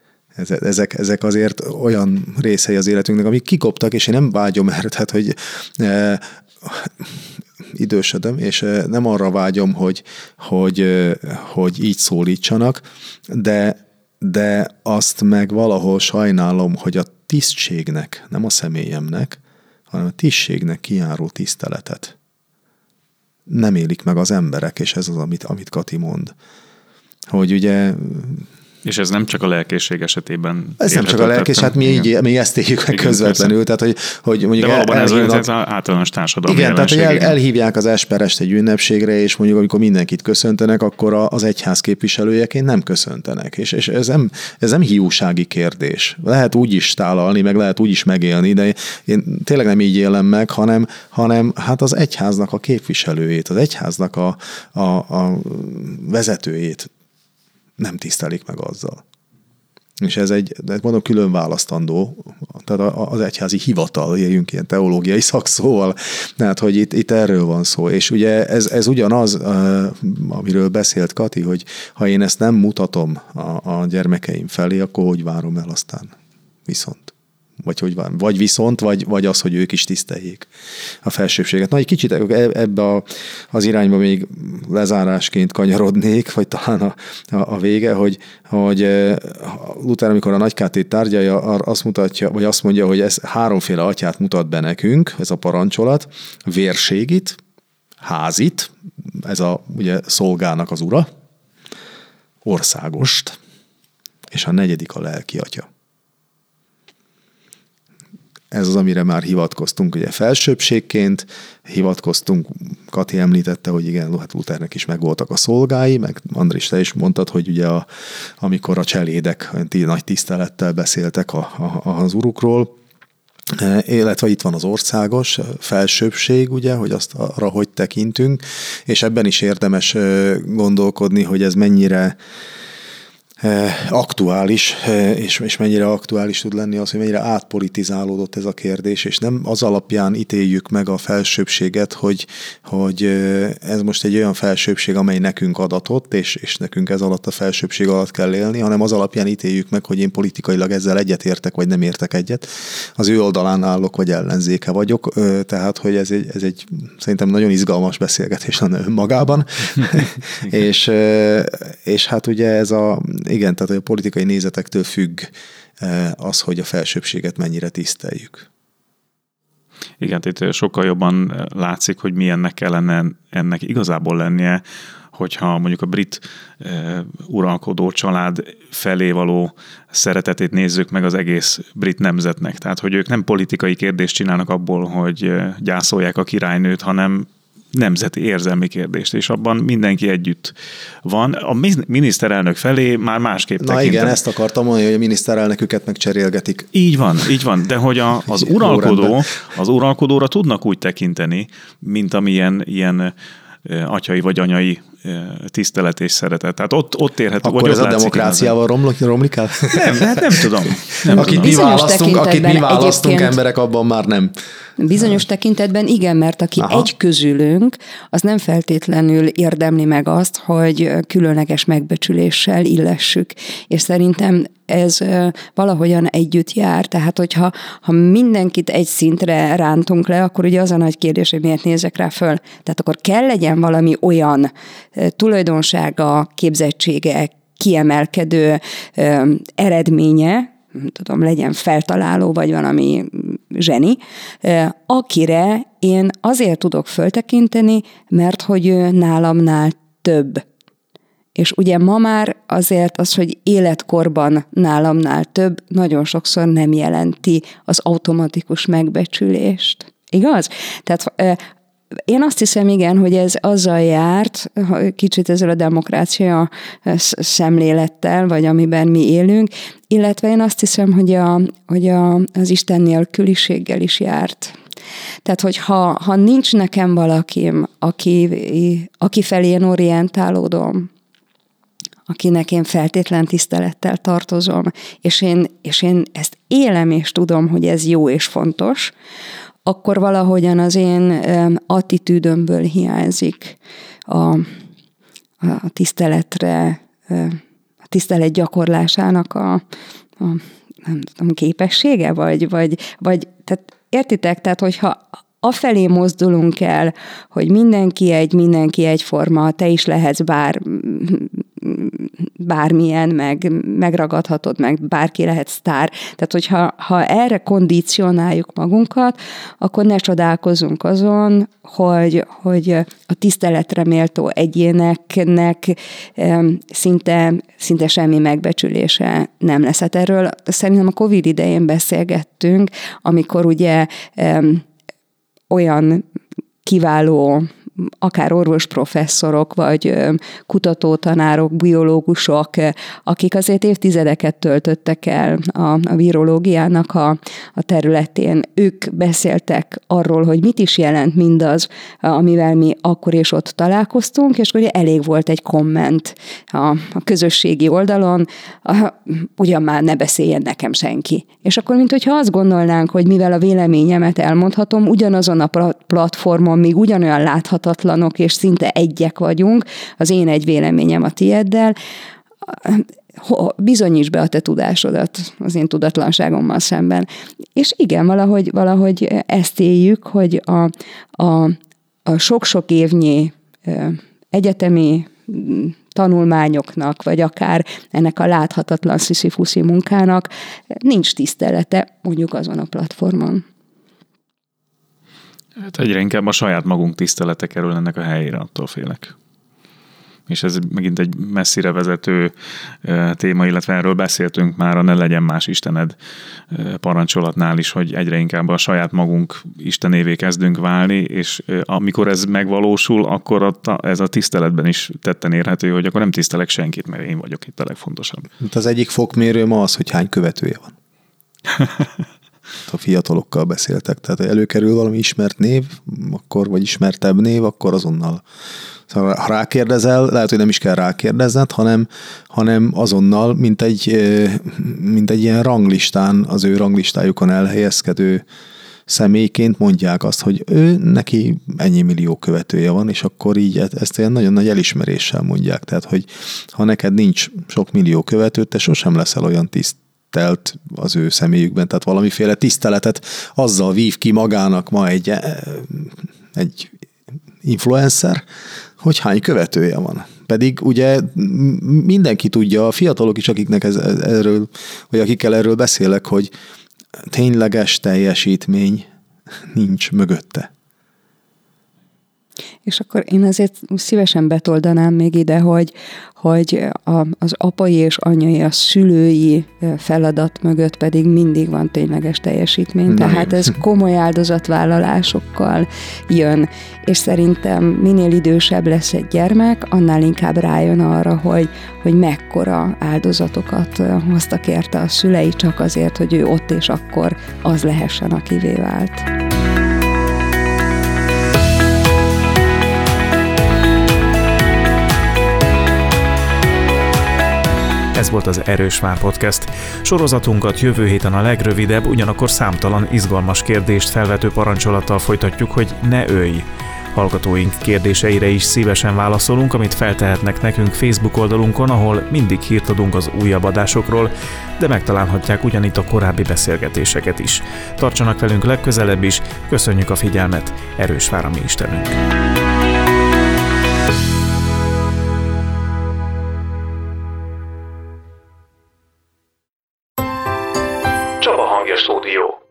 Ezek, ezek azért olyan részei az életünknek, amik kikoptak, és én nem vágyom erre, tehát, hogy e, idősödöm, és nem arra vágyom, hogy, hogy, hogy így szólítsanak, de, de azt meg valahol sajnálom, hogy a tisztségnek, nem a személyemnek, hanem a tisztségnek kijáró tiszteletet nem élik meg az emberek, és ez az, amit, amit Kati mond. Hogy ugye... És ez nem csak a lelkészség esetében. Ez nem csak a lelkész, hát mi, így, mi ezt éljük meg közvetlenül. Tehát, hogy, hogy mondjuk de valóban el, ez, ez az általános társadalmi igen, jelenség. tehát, hogy el, elhívják az esperest egy ünnepségre, és mondjuk amikor mindenkit köszöntenek, akkor az egyház képviselőjeként nem köszöntenek. És, és ez, nem, ez nem hiúsági kérdés. Lehet úgy is tálalni, meg lehet úgy is megélni, de én tényleg nem így élem meg, hanem, hanem hát az egyháznak a képviselőjét, az egyháznak a, a, a vezetőjét nem tisztelik meg azzal. És ez egy, mondom, külön választandó, tehát az egyházi hivatal, éljünk ilyen teológiai szakszóval, tehát, hogy itt, itt erről van szó. És ugye ez, ez ugyanaz, amiről beszélt Kati, hogy ha én ezt nem mutatom a, a gyermekeim felé, akkor hogy várom el aztán viszont. Vagy, hogy van, vagy viszont, vagy, vagy az, hogy ők is tiszteljék a felsőbbséget. Na, egy kicsit ebbe a, az irányba még lezárásként kanyarodnék, vagy talán a, a, a vége, hogy, hogy Luther, amikor a Nagy Kátét tárgyalja, azt mutatja, vagy azt mondja, hogy ez háromféle atyát mutat be nekünk, ez a parancsolat, vérségit, házit, ez a ugye szolgának az ura, országost, és a negyedik a lelki atya. Ez az, amire már hivatkoztunk, ugye felsőbbségként hivatkoztunk, Kati említette, hogy igen, hát Luthernek is megvoltak a szolgái, meg Andris, te is mondtad, hogy ugye a, amikor a cselédek nagy tisztelettel beszéltek a, a, az urukról, illetve itt van az országos felsőbbség, ugye, hogy azt arra hogy tekintünk, és ebben is érdemes gondolkodni, hogy ez mennyire aktuális, és, és mennyire aktuális tud lenni az, hogy mennyire átpolitizálódott ez a kérdés, és nem az alapján ítéljük meg a felsőbbséget, hogy, hogy ez most egy olyan felsőbbség, amely nekünk adatott, és, és nekünk ez alatt a felsőbbség alatt kell élni, hanem az alapján ítéljük meg, hogy én politikailag ezzel egyet értek, vagy nem értek egyet. Az ő oldalán állok, vagy ellenzéke vagyok, tehát, hogy ez egy, ez egy szerintem nagyon izgalmas beszélgetés lenne önmagában, és, és hát ugye ez a igen, tehát a politikai nézetektől függ az, hogy a felsőbbséget mennyire tiszteljük. Igen, itt sokkal jobban látszik, hogy milyennek kellene ennek igazából lennie, hogyha mondjuk a brit e, uralkodó család felé való szeretetét nézzük meg az egész brit nemzetnek. Tehát, hogy ők nem politikai kérdést csinálnak abból, hogy gyászolják a királynőt, hanem nemzeti érzelmi kérdést, és abban mindenki együtt van. A miniszterelnök felé már másképp Na tekintem. igen, ezt akartam mondani, hogy a miniszterelnöküket megcserélgetik. Így van, így van, de hogy a, az uralkodó, az uralkodóra tudnak úgy tekinteni, mint amilyen ilyen atyai vagy anyai tisztelet és szeretet. Tehát ott, ott érhető. Akkor ez a demokráciával romlik, romlik el? Nem, hát nem tudom. Nem akit tudom. mi választunk, akit mi választunk emberek, abban már nem. Bizonyos tekintetben igen, mert aki Aha. egy közülünk, az nem feltétlenül érdemli meg azt, hogy különleges megbecsüléssel illessük. És szerintem ez valahogyan együtt jár. Tehát, hogyha ha mindenkit egy szintre rántunk le, akkor ugye az a nagy kérdés, hogy miért nézek rá föl. Tehát akkor kell legyen valami olyan tulajdonsága, képzettsége, kiemelkedő eredménye, nem tudom, legyen feltaláló, vagy valami zseni, akire én azért tudok föltekinteni, mert hogy ő nálamnál több. És ugye ma már azért az, hogy életkorban nálamnál több, nagyon sokszor nem jelenti az automatikus megbecsülést. Igaz? Tehát én azt hiszem, igen, hogy ez azzal járt, kicsit ezzel a demokrácia szemlélettel, vagy amiben mi élünk, illetve én azt hiszem, hogy, a, hogy a, az Isten nélküliséggel is járt. Tehát, hogy ha, ha nincs nekem valakim, aki, aki felé én orientálódom, akinek én feltétlen tisztelettel tartozom, és én, és én ezt élem, és tudom, hogy ez jó és fontos, akkor valahogyan az én attitűdömből hiányzik a, a tiszteletre, a tisztelet gyakorlásának a, a nem tudom, képessége, vagy, vagy, vagy tehát értitek, tehát hogyha afelé mozdulunk el, hogy mindenki egy, mindenki egyforma, te is lehetsz bár, bármilyen, meg megragadhatod, meg bárki lehet sztár. Tehát, hogyha ha erre kondicionáljuk magunkat, akkor ne csodálkozunk azon, hogy, hogy a tiszteletre méltó egyéneknek szinte, szinte semmi megbecsülése nem lesz. Hát erről szerintem a Covid idején beszélgettünk, amikor ugye olyan kiváló, akár orvosprofesszorok, vagy kutatótanárok, biológusok, akik azért évtizedeket töltöttek el a, a virológiának a, a területén. Ők beszéltek arról, hogy mit is jelent mindaz, amivel mi akkor és ott találkoztunk, és ugye elég volt egy komment a, a közösségi oldalon, a, ugyan már ne beszéljen nekem senki. És akkor, mint hogyha azt gondolnánk, hogy mivel a véleményemet elmondhatom, ugyanazon a platformon még ugyanolyan láthatatlanok, és szinte egyek vagyunk, az én egy véleményem a tieddel, bizonyíts be a te tudásodat az én tudatlanságommal szemben. És igen, valahogy, valahogy ezt éljük, hogy a, a, a sok-sok évnyi egyetemi tanulmányoknak, vagy akár ennek a láthatatlan sziszifuszi munkának nincs tisztelete mondjuk azon a platformon. Hát egyre inkább a saját magunk tisztelete kerül ennek a helyére, attól félek. És ez megint egy messzire vezető téma, illetve erről beszéltünk már a Ne legyen más Istened parancsolatnál is, hogy egyre inkább a saját magunk istenévé kezdünk válni, és amikor ez megvalósul, akkor ez a tiszteletben is tetten érhető, hogy akkor nem tisztelek senkit, mert én vagyok itt a legfontosabb. Az egyik fokmérő ma az, hogy hány követője van. a fiatalokkal beszéltek. Tehát előkerül valami ismert név, akkor, vagy ismertebb név, akkor azonnal. Szóval, ha rákérdezel, lehet, hogy nem is kell rákérdezned, hanem, hanem azonnal, mint egy, mint egy ilyen ranglistán, az ő ranglistájukon elhelyezkedő személyként mondják azt, hogy ő neki ennyi millió követője van, és akkor így ezt ilyen nagyon nagy elismeréssel mondják. Tehát, hogy ha neked nincs sok millió követőt, te sosem leszel olyan tisztelt az ő személyükben, tehát valamiféle tiszteletet azzal vív ki magának ma egy, egy influencer, hogy hány követője van. Pedig ugye mindenki tudja, a fiatalok is, akiknek ez, erről, vagy akikkel erről beszélek, hogy tényleges teljesítmény nincs mögötte. És akkor én azért szívesen betoldanám még ide, hogy, hogy a, az apai és anyai, a szülői feladat mögött pedig mindig van tényleges teljesítmény. Na, Tehát ez komoly áldozatvállalásokkal jön, és szerintem minél idősebb lesz egy gyermek, annál inkább rájön arra, hogy, hogy mekkora áldozatokat hoztak érte a szülei csak azért, hogy ő ott és akkor az lehessen, akivé vált. Ez volt az Erős Vár Podcast. Sorozatunkat jövő héten a legrövidebb, ugyanakkor számtalan izgalmas kérdést felvető parancsolattal folytatjuk, hogy ne ölj. Hallgatóink kérdéseire is szívesen válaszolunk, amit feltehetnek nekünk Facebook oldalunkon, ahol mindig hírt adunk az újabb adásokról, de megtalálhatják ugyanitt a korábbi beszélgetéseket is. Tartsanak velünk legközelebb is, köszönjük a figyelmet, Erős Vár a mi Istenünk! Csaba Hangja Stúdió.